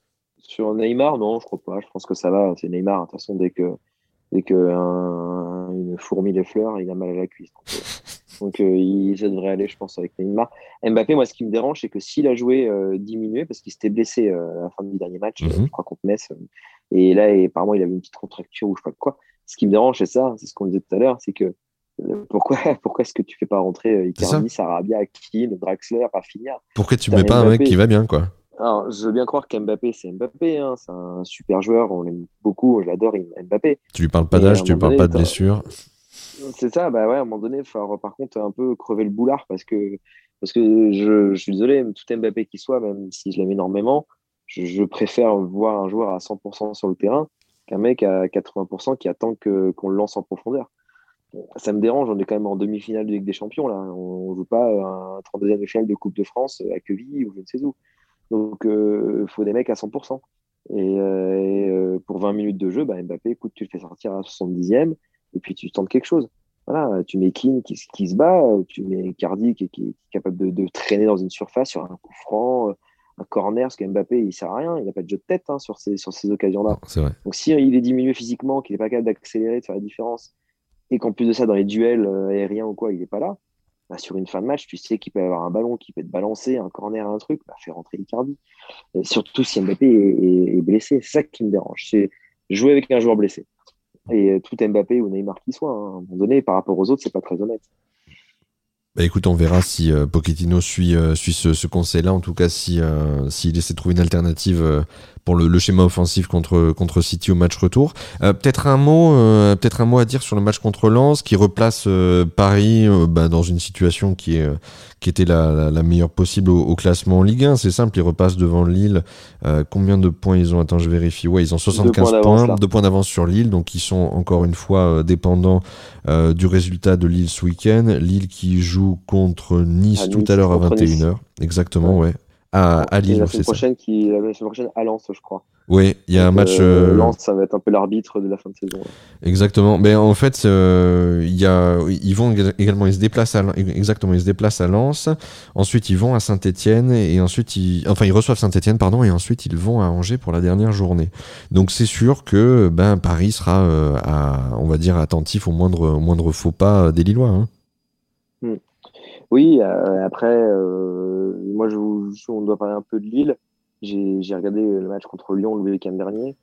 Sur Neymar, non, je crois pas. Je pense que ça va. C'est Neymar. De toute façon, dès que, dès que un- une fourmi les fleurs, il a mal à la cuisse. Donc, euh, donc euh, il, ça devrait aller, je pense, avec Neymar. Mbappé, moi, ce qui me dérange, c'est que s'il a joué euh, diminué, parce qu'il s'était blessé euh, à la fin du dernier match, euh, Mhm. je crois contre Metz, euh, et là, et, apparemment, il avait une petite contracture ou je sais pas quoi. Ce qui me dérange, c'est ça, c'est ce qu'on disait tout à l'heure, c'est que euh, pourquoi, pourquoi est-ce que tu fais pas rentrer euh, C'est ça. Icardi, Sarabia, Keane, Draxler, Rafinha? Pourquoi tu T'as mets pas un mec qui Mbappé. va bien quoi? Alors, je veux bien croire qu'Mbappé, c'est Mbappé, hein, c'est un super joueur, on l'aime beaucoup, je l'adore, il- Mbappé. Tu lui parles pas Mais à un d'âge, tu moment lui parles pas donné, de t'as- blessure. c'est ça, bah ouais, à un moment donné, il faut avoir, par contre un peu crever le boulard parce que, parce que je, je suis désolé, tout Mbappé qui soit, même si je l'aime énormément, je, je préfère voir un joueur à cent pour cent sur le terrain qu'un mec à quatre-vingts pour cent qui attend que, qu'on le lance en profondeur. Ça me dérange, on est quand même en demi-finale de Ligue des Champions, là. On ne joue pas un trente-deuxième de finale de Coupe de France à Quevilly ou je ne sais où. Donc, il euh, faut des mecs à cent pour cent. Et, euh, et, euh, pour vingt minutes de jeu, bah, Mbappé, écoute, tu le fais sortir à soixante-dixième et puis tu tentes quelque chose. Voilà, tu mets Keane qui, qui se bat, tu mets Cardi qui, qui, qui est capable de, de traîner dans une surface sur un coup franc, euh, un corner, parce que Mbappé, il sert à rien, il n'a pas de jeu de tête hein, sur ces, sur ces Non, occasions-là. c'est vrai. Donc, si il est diminué physiquement, qu'il n'est pas capable d'accélérer, de faire la différence, et qu'en plus de ça, dans les duels euh, aériens ou quoi, il n'est pas là, bah, sur une fin de match, tu sais qu'il peut y avoir un ballon qui peut être balancé, un corner, un truc, bah, fais rentrer Icardi. Et surtout si Mbappé est, est- est blessé, c'est ça qui me dérange. C'est jouer avec un joueur blessé. Et euh, tout Mbappé ou Neymar qui soit, hein, à un moment donné, par rapport aux autres, c'est pas très honnête. Bah écoute, on verra si euh, Pochettino suit, euh, suit ce, ce conseil-là. En tout cas, si euh, s'il essaie de trouver une alternative euh, pour le, le schéma offensif contre contre City au match retour. Euh, peut-être un mot, euh, peut-être un mot à dire sur le match contre Lens, qui replace euh, Paris euh, bah, dans une situation qui est euh, qui était la, la, la meilleure possible au, au classement en Ligue un. C'est simple, ils repassent devant Lille. Euh, combien de points ils ont? Attends, je vérifie. Ouais, ils ont Deux points soixante-quinze d'avance points, là. deux points d'avance sur Lille, donc ils sont encore une fois euh, dépendants euh, du résultat de Lille ce week-end. Lille qui joue contre À Nice tout à Nice, l'heure à contre vingt et une Nice. heures. Exactement, Ouais. ouais. À, Ouais. à Et Lille, la ouais, c'est semaine ça. prochaine, qui, la semaine prochaine à Lens, je crois. Oui, il y a un Donc match. euh, euh, Lens, ça va être un peu l'arbitre de la fin de saison. Là. Exactement. Mais en fait, euh, il y a, ils vont ég- également, ils se déplacent à, exactement, ils se déplacent à Lens. Ensuite, ils vont à Saint-Étienne et ensuite, ils, enfin, ils reçoivent Saint-Étienne, pardon, et ensuite ils vont à Angers pour la dernière journée. Donc, c'est sûr que ben Paris sera, euh, à, on va dire, attentif au moindre, au moindre faux pas des Lillois. Hein. Hmm. Oui, euh, après, euh, moi, je vous, on doit parler un peu de Lille. J'ai j'ai regardé le match contre Lyon le week-end dernier.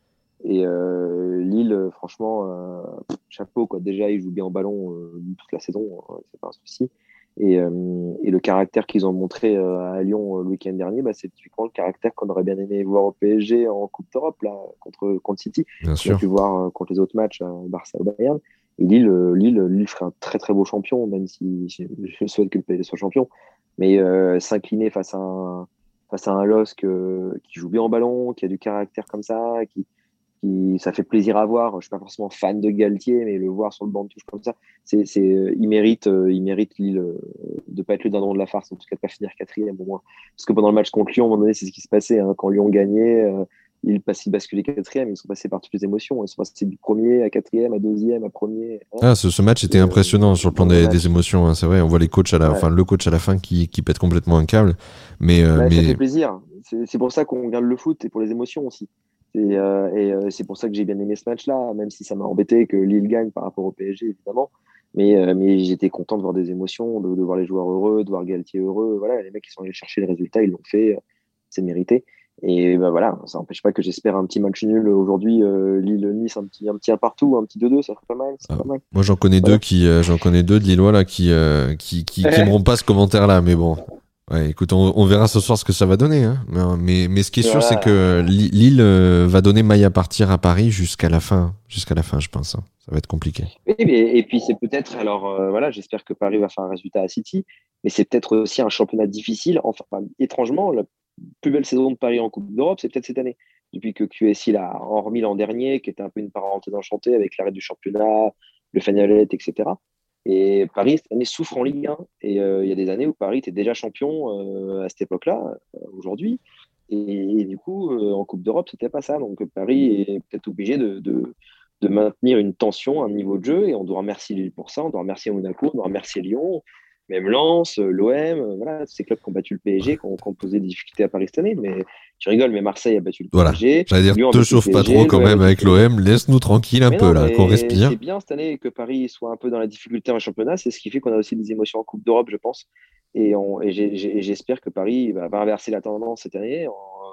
Et euh, Lille, euh, franchement, euh, chapeau, quoi. Déjà, ils jouent bien en ballon euh, toute la saison, hein, c'est pas un souci. Et, euh, et le caractère qu'ils ont montré euh, à Lyon euh, le week-end dernier, bah, c'est typiquement le caractère qu'on aurait bien aimé voir au P S G en Coupe d'Europe, là, contre, contre City, Bien qu'on a sûr. pu voir euh, contre les autres matchs, euh, Barça ou Bayern. Et Lille, euh, Lille, Lille ferait un très très beau champion, même si je, je souhaite que le P S G soit champion. Mais euh, s'incliner face à un, face à un LOSC euh, qui joue bien en ballon, qui a du caractère comme ça, qui, qui, ça fait plaisir à voir. Je suis pas forcément fan de Galtier, mais le voir sur le banc de touche comme ça, c'est, c'est, il mérite, euh, il mérite Lille euh, de pas être le dindon de la farce, en tout cas de pas finir quatrième au moins. Parce que pendant le match contre Lyon, à un moment donné, c'est ce qui se passait. Hein. Quand Lyon gagnait, euh, ils, ils basculaient quatrième, ils sont passés par toutes les émotions. Ils sont passés du premier à quatrième, à deuxième, à premier. Hein. Ah, ce, ce match était Et, impressionnant euh, sur le plan dans le des, des match. émotions, hein, c'est vrai. On voit les coachs à la, Ouais. enfin le coach à la fin qui, qui pète complètement un câble, mais, euh, Bah, ça fait mais plaisir. C'est c'est pour ça qu'on regarde le foot et pour les émotions aussi. Et, euh, et euh, c'est pour ça que j'ai bien aimé ce match-là, même si ça m'a embêté que Lille gagne par rapport au P S G, évidemment. Mais, euh, mais j'étais content de voir des émotions, de, de voir les joueurs heureux, de voir Galtier heureux. Voilà, les mecs qui sont allés chercher le résultat, ils l'ont fait, euh, c'est mérité. Et bah, voilà, ça n'empêche pas que j'espère un petit match nul aujourd'hui, euh, Lille-Nice, un petit, un petit un partout, un petit deux deux, ça serait pas mal. Ça ah, serait pas mal. moi j'en connais deux Voilà. qui, euh, j'en connais deux de Lillois là qui, euh, qui, qui, qui aimeront pas ce commentaire-là, mais bon. Ouais, écoute, on, on verra ce soir ce que ça va donner, hein. Mais, mais, mais ce qui est sûr, c'est Voilà. que Li- Lille euh, va donner maille à partir à Paris jusqu'à la fin, jusqu'à la fin, je pense, hein. Ça va être compliqué. Oui, mais, et puis c'est peut-être, alors euh, voilà, j'espère que Paris va faire un résultat à City, mais c'est peut-être aussi un championnat difficile. Enfin, enfin, étrangement, la plus belle saison de Paris en Coupe d'Europe, c'est peut-être cette année. Depuis que Q S I l'a remis l'an dernier, qui était un peu une parenthèse enchantée avec l'arrêt du championnat, le Fagnolet, et cetera. Et Paris, cette année, souffre en Ligue un. Et euh, il y a des années où Paris était déjà champion euh, à cette époque-là, euh, aujourd'hui. Et, et, du coup, euh, en Coupe d'Europe, c'était pas ça. Donc Paris est peut-être obligé de, de de maintenir une tension, un niveau de jeu, et on doit remercier Lille pour ça, on doit remercier Monaco, on doit remercier Lyon, même Lens, l'O M, voilà, ces clubs qui ont battu le P S G, qui ont, qui ont posé des difficultés à Paris cette année, mais je rigole, mais Marseille a battu le Voilà. P S G, J'allais dire, Lyon a te battu le chauffe pas trop P S G, quand l'O M a même battu le avec P S G. l'O M. Laisse-nous tranquille un Mais peu non, là, qu'on mais respire. c'est bien cette année que Paris soit un peu dans la difficulté en championnat, c'est ce qui fait qu'on a aussi des émotions en Coupe d'Europe, je pense, et, on, et j'ai, j'ai, j'espère que Paris va, va inverser la tendance cette année en,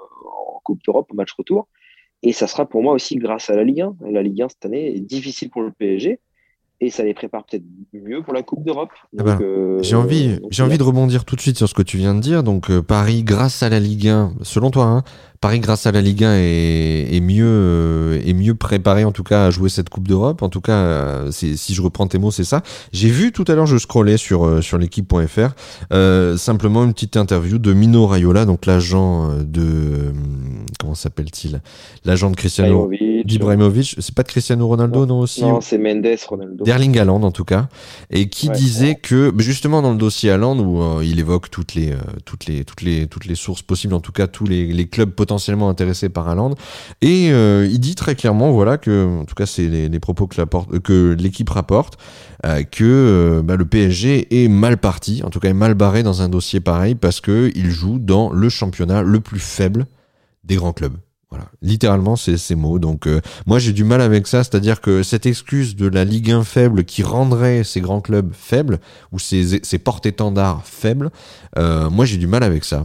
en Coupe d'Europe au match retour. Et ça sera pour moi aussi grâce à la Ligue un. La Ligue un cette année est difficile pour le P S G et ça les prépare peut-être mieux pour la Coupe d'Europe. Eh Donc, ben, j'ai euh, envie, donc j'ai j'ai envie de hâte. rebondir tout de suite sur ce que tu viens de dire. Donc euh, Paris, grâce à la Ligue un, selon toi, hein, Paris, grâce à la Ligue un, est, est mieux, euh, est mieux préparé en tout cas à jouer cette Coupe d'Europe. En tout cas, euh, c'est, si je reprends tes mots, c'est ça. J'ai vu tout à l'heure, je scrollais sur euh, sur l'équipe point F R, euh, simplement une petite interview de Mino Raiola, donc l'agent de euh, comment s'appelle-t-il, l'agent de Cristiano Ibrahimovic. euh, d'Ibrahimovic. C'est pas de Cristiano Ronaldo, non, non aussi? non c'est Mendes, Ronaldo. D'Erling Haaland en tout cas, et qui Ouais. disait que justement dans le dossier Haaland où euh, il évoque toutes les euh, toutes les toutes les toutes les sources possibles, en tout cas tous les, les clubs potentiellement intéressés par Haaland, et euh, il dit très clairement voilà que en tout cas c'est les, les propos que, la porte, que l'équipe rapporte, euh, que euh, bah, le P S G est mal parti, en tout cas est mal barré dans un dossier pareil parce que il joue dans le championnat le plus faible des grands clubs. Voilà, littéralement c'est ces mots. Donc euh, moi j'ai du mal avec ça, c'est-à-dire que cette excuse de la Ligue un faible qui rendrait ces grands clubs faibles ou ces, ces porte-étendards faibles, euh, moi j'ai du mal avec ça.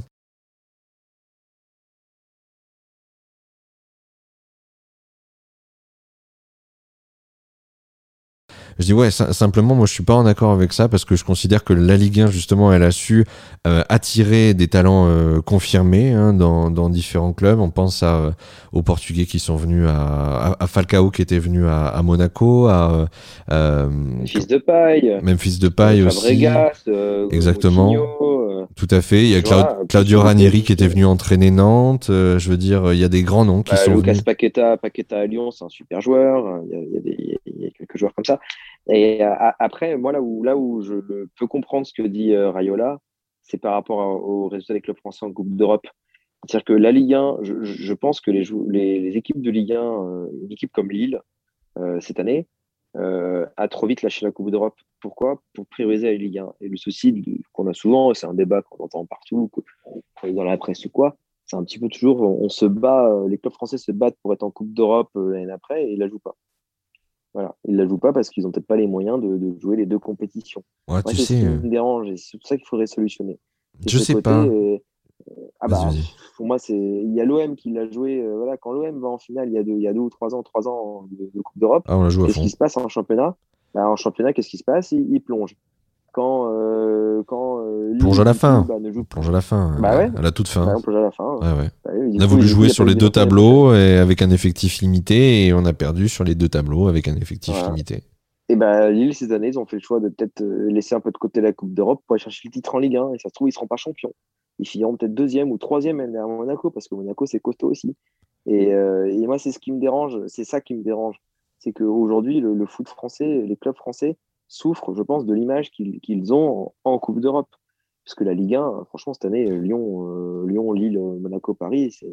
Je dis ouais, ça, simplement, moi je suis pas en accord avec ça parce que je considère que la Ligue un justement, elle a su euh, attirer des talents euh, confirmés hein, dans, dans différents clubs. On pense à, euh, aux Portugais qui sont venus à, à, à Falcao qui était venu à, à Monaco, à euh, Fils de paille, Memphis euh, Depay aussi, Fabregas, euh, exactement. Moutinho, euh, Tout à fait. Il y a tu Claud- vois, plus Claudio sur le Ranieri qui était P S G. venu entraîner Nantes. Euh, je veux dire, il y a des grands noms qui Bah, sont Lucas venus. Paqueta, Paqueta à Lyon, c'est un super joueur. Il y a, il y a des, il y a quelques joueurs comme ça. Et euh, a- après, moi, là où, là où je peux comprendre ce que dit euh, Raiola, c'est par rapport à- au résultat des clubs français en Coupe d'Europe. C'est-à-dire que la Ligue un, je, je pense que les, jou- les, les équipes de Ligue un, euh, une équipe comme Lille, euh, cette année, euh, a trop vite lâché la Coupe d'Europe. Pourquoi? Pour prioriser la Ligue un. Et le souci de- qu'on a souvent, c'est un débat qu'on entend partout, que- qu'on est dans la presse ou quoi, c'est un petit peu toujours, on, on se bat, euh, les clubs français se battent pour être en Coupe d'Europe euh, l'année d'après et ils la jouent pas. Voilà. Ils la jouent pas parce qu'ils n'ont peut-être pas les moyens de, de jouer les deux compétitions. Ouais, Moi, tu c'est ce qui sais, euh, me dérange et c'est tout ça qu'il faudrait solutionner. C'est je ce sais côté, pas. euh, Ah Vas-y, bah, vas-y. pour moi, c'est il y a l'O M qui l'a joué. Euh, voilà, quand l'O M va en finale, il y a deux, il y a deux ou trois ans, trois ans de, de Coupe d'Europe, Ah, on la joue à qu'est-ce qui fond. se passe en championnat? Bah, en championnat, qu'est-ce qui se passe? Il, il plonge. Quand, euh, quand euh, Plonge à Lille, la du coup, fin. bah, ne joue On plus. plonge à la fin, Bah ouais, à la toute bah, fin. on plonge à la fin. Ouais, ouais. Bah oui, du On a coup, voulu du coup, jouer il n'y a sur pas eu les de deux mise en finale européenne. tableaux et avec un effectif limité et on a perdu sur les deux tableaux avec un effectif Voilà. limité. Et bah, Lille, cette année, ils ont fait le choix de peut-être euh, laisser un peu de côté la Coupe d'Europe pour aller chercher le titre en Ligue un. Et ça se trouve, ils ne seront pas champions. Ils finiront peut-être deuxième ou troisième derrière Monaco, parce que Monaco, c'est costaud aussi. Et, euh, et moi, c'est ce qui me dérange. C'est ça qui me dérange. C'est qu'aujourd'hui, le, le foot français, les clubs français souffrent, je pense, de l'image qu'ils qu'ils ont en, en Coupe d'Europe. Parce que la Ligue un, franchement, cette année, Lyon, euh, Lyon, Lille, Monaco, Paris, c'est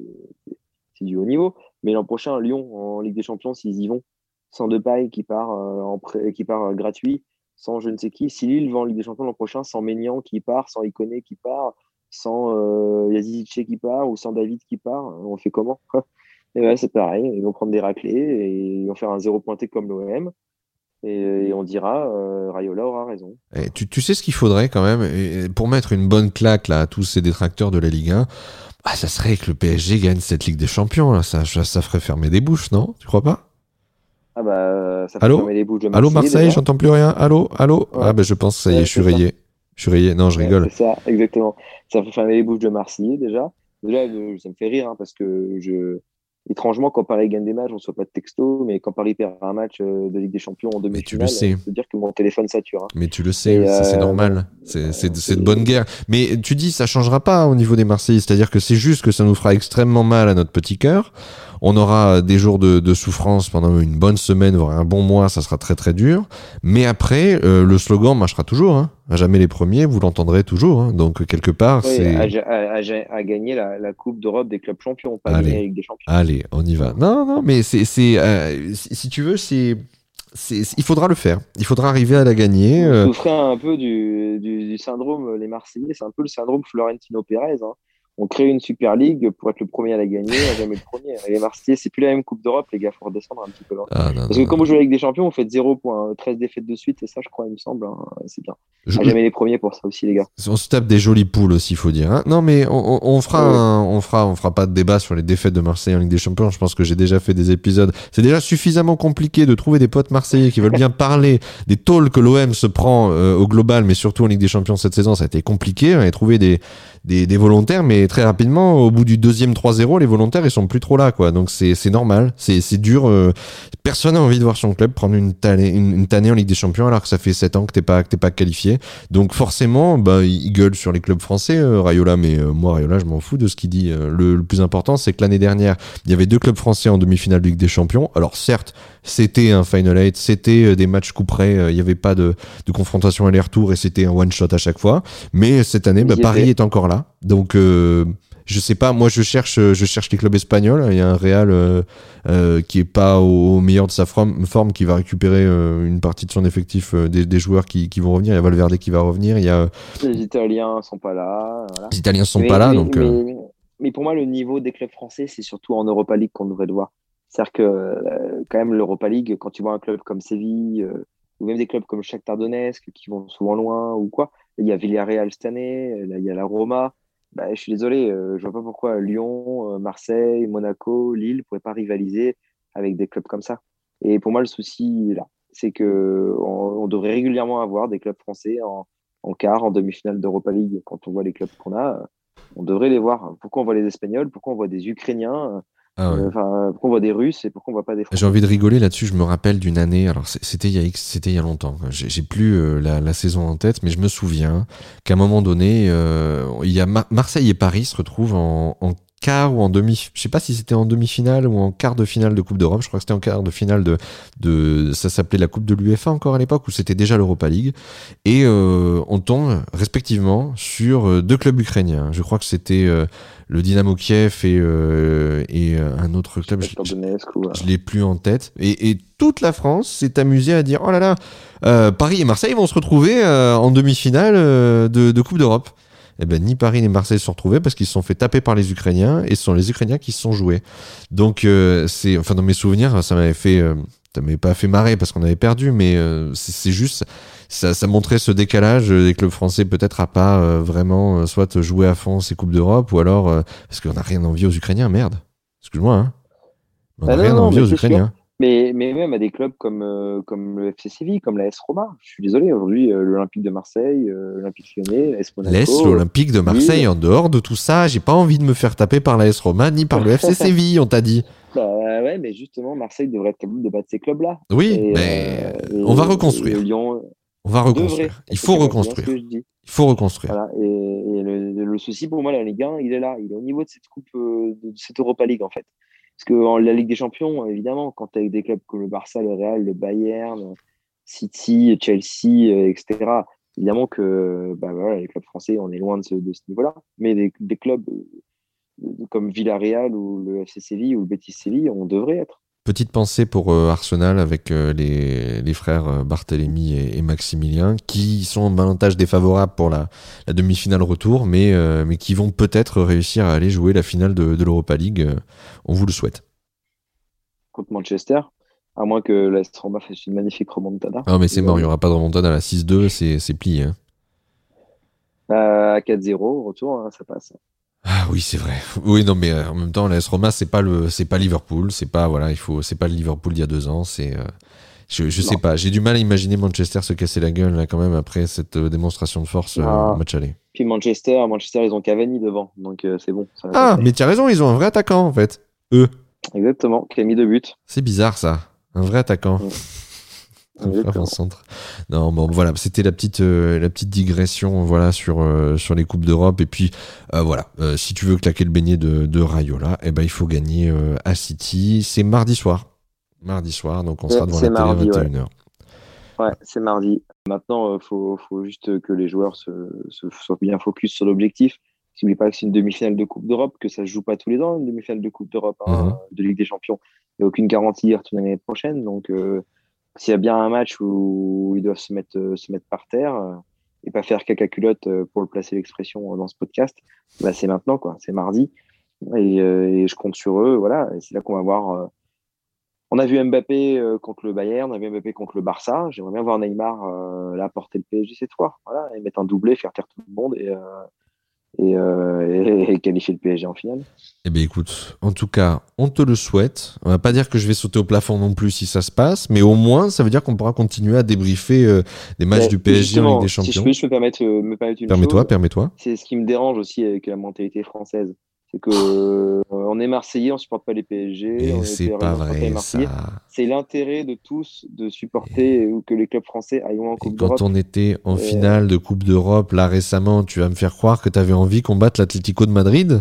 c'est du haut niveau. Mais l'an prochain, Lyon, en Ligue des Champions, s'ils y vont, sans Depay qui part, euh, en prêt, qui part euh, gratuit, sans je ne sais qui. Si Lille va en Ligue des Champions l'an prochain, sans Maignan qui part, sans Iconé qui part, sans euh, Yazice qui part ou sans David qui part, on fait comment? Et ouais, c'est pareil, ils vont prendre des raclés et ils vont faire un zéro pointé comme l'O M et, et on dira euh, Raiola aura raison. Et tu, tu sais ce qu'il faudrait quand même et pour mettre une bonne claque là à tous ces détracteurs de la Ligue un, ah, ça serait que le P S G gagne cette Ligue des Champions. Là. Ça, ça, ça ferait fermer des bouches, non? Tu crois pas? Ah bah ça fait Allô? fermer les bouches de Allô Marseille Marseille, déjà. j'entends plus rien. Allô? Allô? Ouais, Ah ben je pense que ça y est, ouais je suis c'est ça. rayé. Je suis rayé. Non, je Ouais, rigole. c'est ça, exactement. Ça fait fermer les bouches de Marseillais déjà. Déjà, euh, ça me fait rire hein, parce que je, étrangement, quand Paris gagne des matchs, on ne reçoit pas de texto, mais quand Paris perd un match euh, de Ligue des Champions en Mais tu le demi-finale, sais. je peux dire que mon téléphone sature. Hein. Mais tu le sais, Et ça c'est euh, voilà. normal. C'est, c'est, Euh, c'est de c'est- bonne guerre. Mais tu dis, ça changera pas au niveau des Marseillais. C'est-à-dire que c'est juste que ça nous fera extrêmement mal à notre petit cœur. On aura des jours de, de souffrance pendant une bonne semaine, voire un bon mois, ça sera très très dur. Mais après, euh, le slogan marchera toujours. Hein. À jamais les premiers, vous l'entendrez toujours. Hein. Donc quelque part, ouais, c'est... à, à- à- à gagner la, la Coupe d'Europe des clubs champions, pas gagner la Allez, Ligue des Champions. allez, on y va. Non, non, mais c'est... c'est euh, si, si tu veux, c'est... C'est, il faudra le faire. Il faudra arriver à la gagner. Vous euh, souffrez un peu du, du, du syndrome, euh, les Marseillais, c'est un peu le syndrome Florentino Pérez. Hein. On crée une Super League pour être le premier à la gagner, à jamais le premier. Et les Marseillais, c'est plus la même Coupe d'Europe, les gars, faut redescendre un petit peu. Hein. Ah, non, Parce non, que quand non. vous jouez avec des champions, vous faites zéro point, treize défaites de suite, et ça, je crois, il me semble, hein, c'est bien. Je- À jamais les premiers pour ça aussi, les gars. On se tape des jolies poules aussi, il faut dire. Hein. Non, mais on, on, on fera, Ouais, ouais. un- on fera, on fera pas de débat sur les défaites de Marseille en Ligue des Champions. Je pense que j'ai déjà fait des épisodes. C'est déjà suffisamment compliqué de trouver des potes marseillais qui veulent bien parler des tôles que l'O M se prend euh, au global, mais surtout en Ligue des Champions cette saison. Ça a été compliqué. On a trouvé des, des, des volontaires, mais très rapidement, au bout du deuxième trois zéro, les volontaires ils sont plus trop là, quoi. Donc c'est, c'est normal. C'est, c'est dur. euh, Personne n'a envie de voir son club prendre une tannée, une, une tannée en Ligue des Champions alors que ça fait sept ans que t'es pas, que t'es pas qualifié. Donc forcément, bah, il gueule sur les clubs français, euh, Raiola, mais euh, moi, Raiola, je m'en fous de ce qu'il dit. Euh, le, le plus important, c'est que l'année dernière, il y avait deux clubs français en demi-finale de Ligue des Champions. Alors certes, c'était un Final Eight, c'était euh, des matchs coup près, euh, il n'y avait pas de, de confrontation aller-retour et c'était un one-shot à chaque fois. Mais cette année, bah, Ils y Paris étaient. est encore là. Donc... Euh, je sais pas, moi je cherche, je cherche les clubs espagnols. Il y a un Real euh, euh, qui est pas au, au meilleur de sa forme, forme qui va récupérer euh, une partie de son effectif, euh, des, des joueurs qui, qui vont revenir. Il y a Valverde qui va revenir. Il y a euh, Les Italiens sont pas là. Voilà. les Italiens sont Mais, pas là, mais, donc euh, mais, mais pour moi, le niveau des clubs français, c'est surtout en Europa League qu'on devrait le voir. C'est-à-dire que, euh, quand même, l'Europa League, quand tu vois un club comme Séville, euh, ou même des clubs comme Shakhtar Donetsk, qui vont souvent loin, ou quoi, il y a Villarreal cette année, là, il y a la Roma. Bah, je suis désolé, euh, je vois pas pourquoi Lyon, euh, Marseille, Monaco, Lille ne pourraient pas rivaliser avec des clubs comme ça. Et pour moi, le souci, là, c'est que on, on devrait régulièrement avoir des clubs français en, en quart, en demi-finale d'Europa League. Quand on voit les clubs qu'on a, euh, on devrait les voir. Pourquoi on voit les Espagnols? Pourquoi on voit des Ukrainiens? ah ouais. Euh, Enfin, pourquoi on voit des Russes et pourquoi on voit pas des Français? J'ai envie de rigoler là-dessus. Je me rappelle d'une année. Alors c'est- c'était il y a X- c'était il y a longtemps. J'ai, j'ai plus euh, la, la saison en tête, mais je me souviens qu'à un moment donné, euh, il y a Mar- Marseille et Paris se retrouvent en, en quart ou en demi. Je sais pas si c'était en demi-finale ou en quart de finale de Coupe d'Europe. Je crois que c'était en quart de finale de de. Ça s'appelait la Coupe de l'UEFA encore à l'époque, ou c'était déjà l'Europa League. Et euh, on tombe respectivement sur euh, deux clubs ukrainiens. Je crois que c'était euh, le Dynamo Kiev et euh, et euh, un autre club. Je- Shakhtar Donetsk ou, euh, je l'ai plus en tête. Et, et toute la France s'est amusée à dire, oh là là, euh, Paris et Marseille vont se retrouver euh, en demi-finale euh, de, de Coupe d'Europe. Eh ben, ni Paris ni Marseille se sont retrouvés parce qu'ils se sont fait taper par les Ukrainiens et ce sont les Ukrainiens qui se sont joués. Donc, euh, c'est, enfin, dans mes souvenirs, ça m'avait fait, euh, ça m'avait pas fait marrer parce qu'on avait perdu, mais euh, c'est, c'est juste, ça, ça montrait ce décalage des clubs français peut-être à pas euh, vraiment euh, soit jouer à fond ces Coupes d'Europe ou alors, euh, parce qu'on n'a rien envie aux Ukrainiens, merde. Excuse-moi, hein. On n'a Ah non, rien non, envie mais aux c'est sûr. Ukrainiens. Mais, mais même à des clubs comme, euh, comme le F C Séville, comme la S Roma. Je suis désolé, aujourd'hui, euh, l'Olympique de Marseille, euh, l'Olympique Lyonnais, la S Monaco. Laisse l'Olympique de Marseille Lille. en dehors de tout ça. J'ai pas envie de me faire taper par la S Roma ni par le F C Séville, on t'a dit. Bah ouais, mais justement, Marseille devrait être capable de battre ces clubs-là. Oui, Et, mais euh, et- on va et reconstruire. Lyon On va devrait. reconstruire. Il C'est faut bien ce reconstruire. que je dis. Il faut reconstruire. Voilà. Et, et le, le souci pour moi, la Ligue un, il est là. Il est au niveau de cette coupe, euh, de cette Europa League, en fait. Parce que en la Ligue des Champions, évidemment, quand tu as des clubs comme le Barça, le Real, le Bayern, City, Chelsea, euh, et cetera, évidemment que bah, voilà, les clubs français, on est loin de ce, de ce niveau-là. Mais des, des clubs euh, comme Villarreal ou le F C Séville ou le Betis Séville, on devrait être. Petite pensée pour euh, Arsenal avec euh, les, les frères euh, Barthélemy et, et Maximilien qui sont en avantage défavorable pour la, la demi-finale retour, mais, euh, mais qui vont peut-être réussir à aller jouer la finale de, de l'Europa League. Euh, on vous le souhaite. Contre Manchester, à moins que la S Roma fasse une magnifique remontada. Ah, mais c'est mort, il n'y aura pas de remontada à la six deux, c'est, c'est plié. Hein. À quatre zéro, retour, hein, ça passe. Ah oui, c'est vrai. Oui, non, mais euh, en même temps, la S Roma, c'est pas le, c'est pas Liverpool, c'est pas voilà, il faut, c'est pas le Liverpool d'il y a deux ans. C'est, euh, je, je sais pas. J'ai du mal à imaginer Manchester se casser la gueule là quand même après cette euh, démonstration de force euh, Ah. au match aller. Puis Manchester, Manchester, ils ont Cavani devant, donc euh, c'est bon. Ça va Ah, passer. mais tu as raison, ils ont un vrai attaquant en fait. Eux. Exactement, qui a mis deux buts. C'est bizarre ça, un vrai attaquant. Ouais. Un vrai Exactement. avant-centre. Non, bon, voilà, c'était la petite, euh, la petite digression, voilà, sur euh, sur les coupes d'Europe. Et puis, euh, voilà, euh, si tu veux claquer le beignet de, de Raiola, eh ben, il faut gagner euh, à City. C'est mardi soir, mardi soir, donc on sera Ouais, devant c'est la télé à mardi, vingt et une heures. Ouais, c'est mardi. Maintenant, il euh, faut, faut juste que les joueurs se, se soient bien focus sur l'objectif. N'oublie pas que c'est une demi-finale de Coupe d'Europe, que ça se joue pas tous les ans, une demi-finale de Coupe d'Europe, hein, Mhm. de Ligue des Champions. Il n'y a aucune garantie d'y retourner l'année prochaine. Donc, euh, s'il y a bien un match où ils doivent se mettre, euh, se mettre par terre euh, et pas faire caca culotte euh, pour le placer l'expression euh, dans ce podcast, bah, c'est maintenant, quoi. C'est mardi. Et, euh, et je compte sur eux. Voilà. Et c'est là qu'on va voir. Euh, On a vu Mbappé euh, contre le Bayern, on a vu Mbappé contre le Barça. J'aimerais bien voir Neymar euh, là porter le P S G cette fois. Voilà, et mettre un doublé, faire taire tout le monde et, euh, et, euh, et, et qualifier le P S G en finale. Eh bien, écoute, en tout cas, on te le souhaite. On va pas dire que je vais sauter au plafond non plus si ça se passe, mais au moins, ça veut dire qu'on pourra continuer à débriefer euh, des matchs Mais du P S G en Ligue des si je Champions. peux, je peux permettre, euh, me permettre une Permets-toi, chose. permets-toi. C'est ce qui me dérange aussi avec la mentalité française. C'est que euh, on est Marseillais, on supporte pas les P S G. Mais on est c'est P- pas on supporte vrai, les Marseillais. ça. C'est l'intérêt de tous de supporter ou que les clubs français aillent en Et Coupe quand d'Europe. on était en Et- finale de Coupe d'Europe, là récemment, tu vas me faire croire que tu avais envie qu'on batte l'Atlético de Madrid?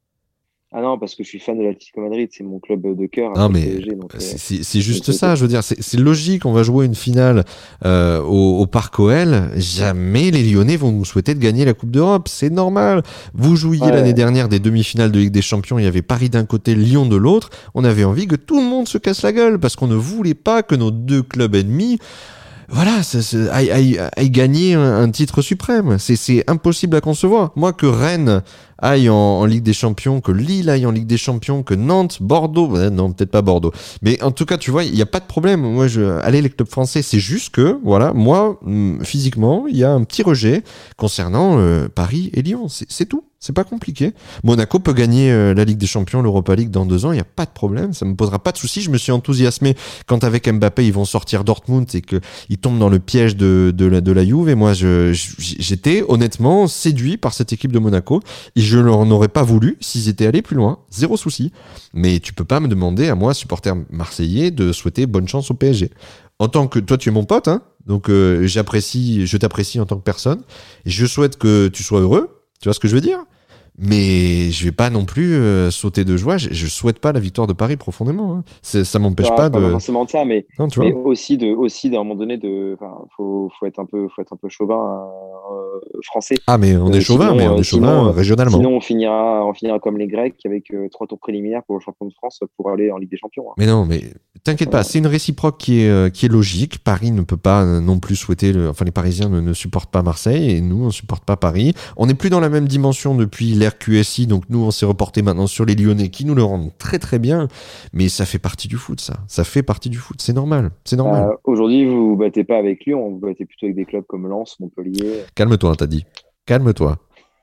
Ah non, parce que je suis fan de l'Atlético Madrid, c'est mon club de cœur. Non, après mais le P S G, donc, euh, c'est- c'est c'est juste donc, ça, je veux dire, c'est c'est logique, on va jouer une finale euh, au, au Parc O L, jamais les Lyonnais vont nous souhaiter de gagner la Coupe d'Europe, c'est normal. Vous jouiez Ouais. l'année dernière des demi-finales de Ligue des Champions, il y avait Paris d'un côté, Lyon de l'autre, on avait envie que tout le monde se casse la gueule, parce qu'on ne voulait pas que nos deux clubs ennemis voilà, ça, ça, aille, aille, aille gagner un, un titre suprême. C'est, c'est impossible à concevoir. Moi, que Rennes aille en, en Ligue des Champions, que Lille aille en Ligue des Champions, que Nantes, Bordeaux, ouais, non, peut-être pas Bordeaux. Mais en tout cas, tu vois, il n'y a pas de problème. Moi, je, allez, les clubs français, c'est juste que, voilà, moi, hum, physiquement, il y a un petit rejet concernant euh, Paris et Lyon. C'est, c'est tout. C'est pas compliqué. Monaco peut gagner euh, la Ligue des Champions, l'Europa League dans deux ans, il n'y a pas de problème, ça me posera pas de soucis. Je me suis enthousiasmé quand avec Mbappé ils vont sortir Dortmund et qu'ils tombent dans le piège de, de, la, de la Juve. Et moi, je, j'étais honnêtement séduit par cette équipe de Monaco et je leur aurais pas voulu s'ils étaient allés plus loin, zéro souci. Mais tu peux pas me demander à moi, supporter marseillais, de souhaiter bonne chance au P S G. En tant que toi, tu es mon pote, hein, donc euh, j'apprécie, je t'apprécie en tant que personne. Et je souhaite que tu sois heureux. Tu vois ce que je veux dire? Mais je vais pas non plus euh, sauter de joie. Je, je souhaite pas la victoire de Paris profondément. Hein. C'est, ça m'empêche Ah, pas pas de. forcément de ça, mais, Non, tu mais vois. aussi de, aussi d'un moment donné de, enfin, faut, faut être un peu, faut être un peu chauvin. Hein. français. Ah, mais on est Euh, chauvin, sinon, mais on euh, est chauvin sinon, euh, régionalement. Sinon, on finira, on finira comme les Grecs avec euh, trois tours préliminaires pour le champion de France pour aller en Ligue des Champions. Hein. Mais non, mais t'inquiète pas, c'est une réciproque qui est, euh, qui est logique. Paris ne peut pas euh, non plus souhaiter, le... enfin les Parisiens ne, ne supportent pas Marseille et nous on ne supporte pas Paris. On n'est plus dans la même dimension depuis l'ère Q S I, donc nous on s'est reporté maintenant sur les Lyonnais qui nous le rendent très très bien. Mais ça fait partie du foot, ça. Ça fait partie du foot, c'est normal, c'est normal. Euh, Aujourd'hui, vous vous battez pas avec Lyon, vous vous battez plutôt avec des clubs comme Lens, Montpellier. Calme-toi, t'as dit. Calme-toi.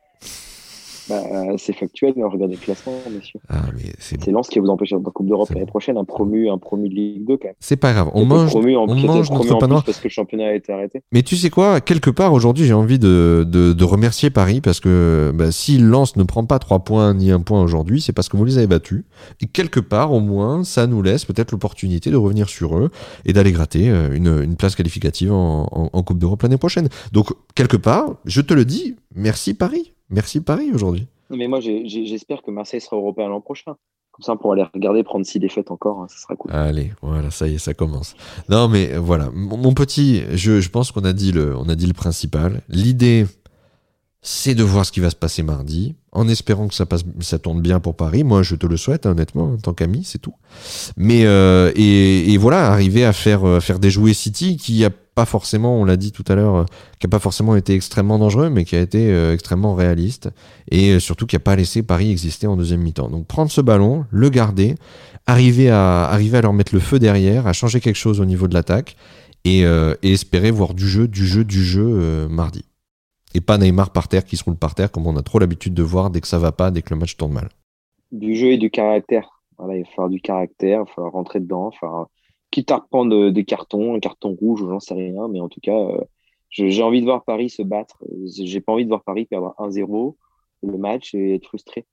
Bah, c'est factuel, mais regardez le classement, messieurs. Ah, mais c'est C'est Lens qui va vous empêcher d'être en Coupe d'Europe C'est l'année bon. prochaine, un promu, un promu de Ligue deux quand même. C'est pas grave, on Qui a été mange, promu en, on qui a été mange promu notre en pain plus noir. parce que le championnat a été arrêté. Mais tu sais quoi, quelque part aujourd'hui j'ai envie de, de, de remercier Paris parce que bah, si Lens ne prend pas trois points ni un point aujourd'hui, c'est parce que vous les avez battus. Et quelque part au moins ça nous laisse peut-être l'opportunité de revenir sur eux et d'aller gratter une, une place qualificative en, en, en Coupe d'Europe l'année prochaine. Donc quelque part, je te le dis, merci Paris, merci Paris aujourd'hui. Mais moi, j'ai- j'ai- j'espère que Marseille sera européen l'an prochain. Comme ça, on pourra aller regarder, prendre six défaites encore, hein, ça sera cool. Allez, voilà, ça y est, ça commence. Non, mais euh, voilà, mon, mon petit, je, je pense qu'on a dit le, on a dit le principal. L'idée, c'est de voir ce qui va se passer mardi, en espérant que ça passe, ça tourne bien pour Paris. Moi, je te le souhaite, hein, honnêtement, en tant qu'ami, c'est tout. Mais euh, et, et voilà, arriver à faire, euh, faire déjouer City, qui a pas forcément, on l'a dit tout à l'heure, euh, qui a pas forcément été extrêmement dangereux, mais qui a été euh, extrêmement réaliste, et euh, surtout qui a pas laissé Paris exister en deuxième mi-temps. Donc prendre ce ballon, le garder, arriver à, arriver à leur mettre le feu derrière, à changer quelque chose au niveau de l'attaque, et, euh, et espérer voir du jeu, du jeu, du jeu euh, mardi. Et pas Neymar par terre qui se roule par terre comme on a trop l'habitude de voir dès que ça va pas, dès que le match tourne mal. Du jeu et du caractère. Voilà, il va falloir du caractère, il va falloir rentrer dedans, il va falloir, quitte à reprendre euh, des cartons, un carton rouge ou j'en sais rien, mais en tout cas, euh, je- j'ai envie de voir Paris se battre. Euh, J'ai pas envie de voir Paris perdre un zéro le match et être frustré.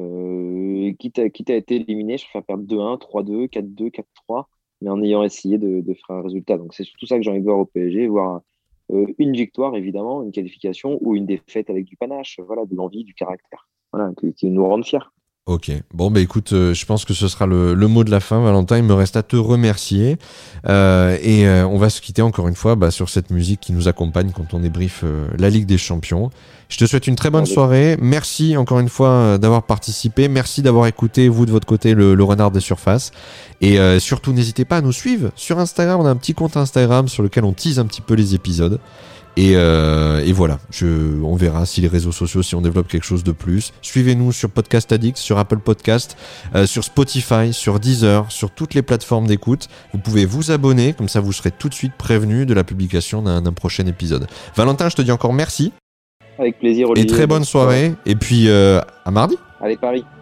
Euh, quitte à, quitte à être éliminé, je préfère perdre deux un, trois deux, quatre deux, quatre trois, mais en ayant essayé de, de faire un résultat. Donc c'est surtout ça que j'ai envie de voir au P S G, voir euh, une victoire évidemment, une qualification ou une défaite avec du panache, voilà, de l'envie, du caractère, voilà, qui, qui nous rende fiers. Ok, bon bah écoute, euh, je pense que ce sera le, le mot de la fin, Valentin. Il me reste à te remercier euh, et euh, on va se quitter encore une fois bah, sur cette musique qui nous accompagne quand on débriefe euh, la Ligue des Champions. Je te souhaite une très bonne Allez. soirée. Merci encore une fois euh, d'avoir participé. Merci d'avoir écouté, vous de votre côté, le, le Renard des Surfaces. Et euh, surtout, n'hésitez pas à nous suivre sur Instagram. On a un petit compte Instagram sur lequel on tease un petit peu les épisodes. Et, euh, et voilà, je, on verra si les réseaux sociaux, si on développe quelque chose de plus. Suivez-nous sur Podcast Addict, sur Apple Podcast, euh, sur Spotify, sur Deezer, sur toutes les plateformes d'écoute. Vous pouvez vous abonner, comme ça vous serez tout de suite prévenu de la publication d'un, d'un prochain épisode. Valentin, je te dis encore merci. Avec plaisir, Et Olivier. très bonne soirée. Et puis euh, à mardi. Allez, Paris.